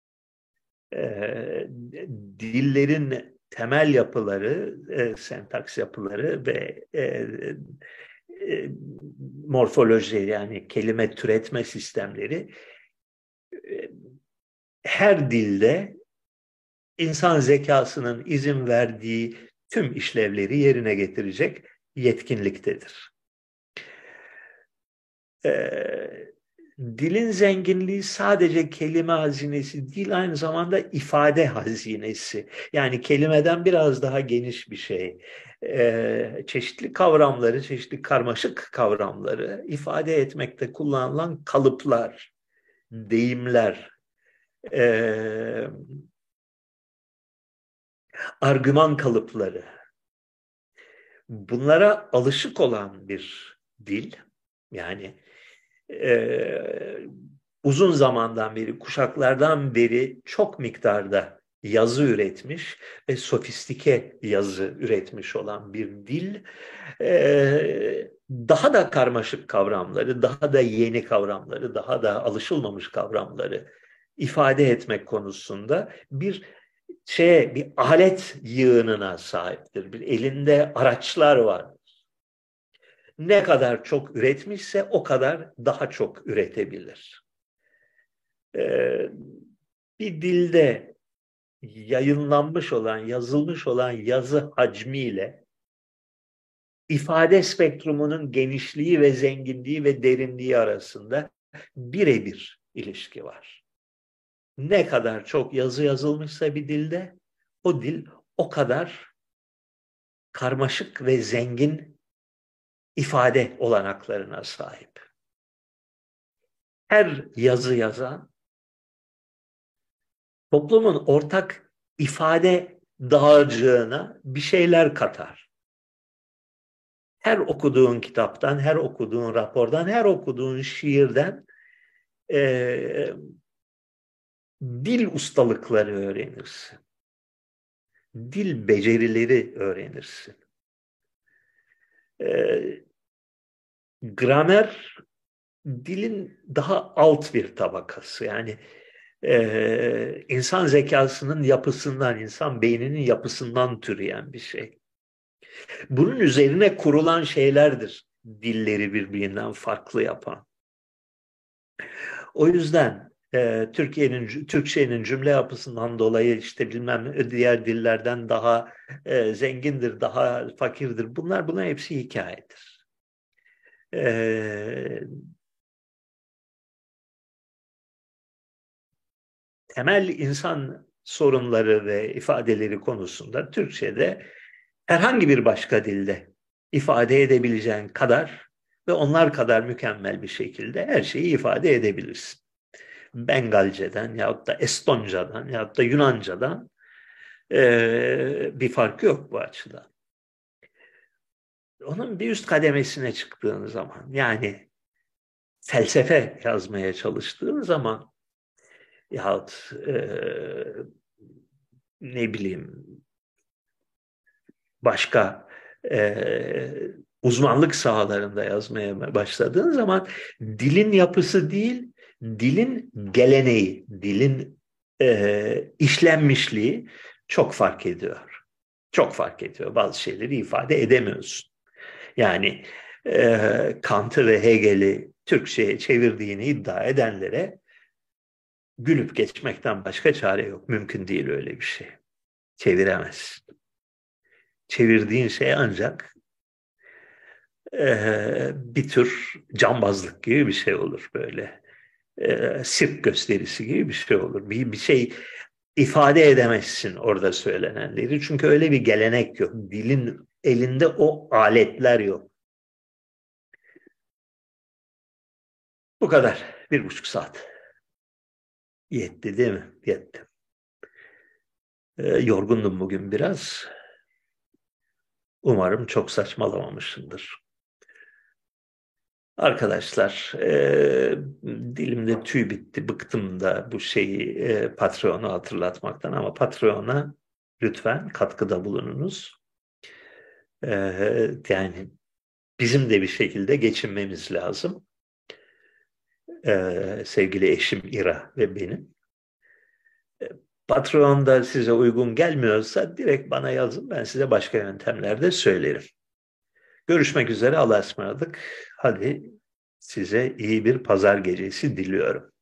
E, Dillerin temel yapıları, e, sentaks yapıları ve e, e, morfoloji yani kelime türetme sistemleri e, her dilde insan zekasının izin verdiği tüm işlevleri yerine getirecek yetkinliktedir. Ee, Dilin zenginliği sadece kelime hazinesi değil, aynı zamanda ifade hazinesi. Yani kelimeden biraz daha geniş bir şey. Ee, çeşitli kavramları, çeşitli karmaşık kavramları ifade etmekte kullanılan kalıplar, deyimler, e, argüman kalıpları. Bunlara alışık olan bir dil, yani e, uzun zamandan beri, kuşaklardan beri çok miktarda yazı üretmiş ve sofistike yazı üretmiş olan bir dil, e, daha da karmaşık kavramları, daha da yeni kavramları, daha da alışılmamış kavramları ifade etmek konusunda bir şeye, bir alet yığınına sahiptir. Bir elinde araçlar var. Ne kadar çok üretmişse o kadar daha çok üretebilir. Ee, Bir dilde yayınlanmış olan, yazılmış olan yazı hacmiyle ifade spektrumunun genişliği ve zenginliği ve derinliği arasında birebir ilişki var. Ne kadar çok yazı yazılmışsa bir dilde, o dil o kadar karmaşık ve zengin ifade olanaklarına sahip. Her yazı yazan toplumun ortak ifade dağarcığına bir şeyler katar. Her okuduğun kitaptan, her okuduğun rapordan, her okuduğun şiirden e, dil ustalıkları öğrenirsin. Dil becerileri öğrenirsin. E, Gramer dilin daha alt bir tabakası. Yani e, insan zekasının yapısından, insan beyninin yapısından türeyen bir şey. Bunun üzerine kurulan şeylerdir dilleri birbirinden farklı yapan. O yüzden e, Türkiye'nin Türkçenin cümle yapısından dolayı işte bilmem diğer dillerden daha e, zengindir, daha fakirdir. Bunlar bunlar hepsi hikayedir. E, Temel insan sorunları ve ifadeleri konusunda Türkçe'de herhangi bir başka dilde ifade edebileceğin kadar ve onlar kadar mükemmel bir şekilde her şeyi ifade edebilirsin. Bengalce'den yahut da Estoncadan yahut da Yunancadan e, bir farkı yok bu açıdan. Onun bir üst kademesine çıktığın zaman, yani felsefe yazmaya çalıştığın zaman yahut e, ne bileyim başka e, uzmanlık sahalarında yazmaya başladığın zaman dilin yapısı değil, dilin geleneği, dilin e, işlenmişliği çok fark ediyor. Çok fark ediyor. Bazı şeyleri ifade edemiyorsun. Yani e, Kant'ı ve Hegel'i Türkçe'ye çevirdiğini iddia edenlere gülüp geçmekten başka çare yok. Mümkün değil öyle bir şey. Çeviremezsin. Çevirdiğin şey ancak e, bir tür cambazlık gibi bir şey olur böyle. E, sirk gösterisi gibi bir şey olur. Bir, bir şey ifade edemezsin orada söylenenleri. Çünkü öyle bir gelenek yok. Dilin elinde o aletler yok. Bu kadar. Bir buçuk saat. Yetti değil mi? Yetti. E, yorgundum bugün biraz. Umarım çok saçmalamamışımdır. Arkadaşlar, e, dilimde tüy bitti, bıktım da bu şeyi e, Patreon'u hatırlatmaktan ama Patreon'a lütfen katkıda bulununuz. E, yani bizim de bir şekilde geçinmemiz lazım. E, sevgili eşim İra ve benim. Patreon'da size uygun gelmiyorsa direkt bana yazın, ben size başka yöntemlerde söylerim. Görüşmek üzere, Allah'a ısmarladık. Hadi size iyi bir pazar gecesi diliyorum.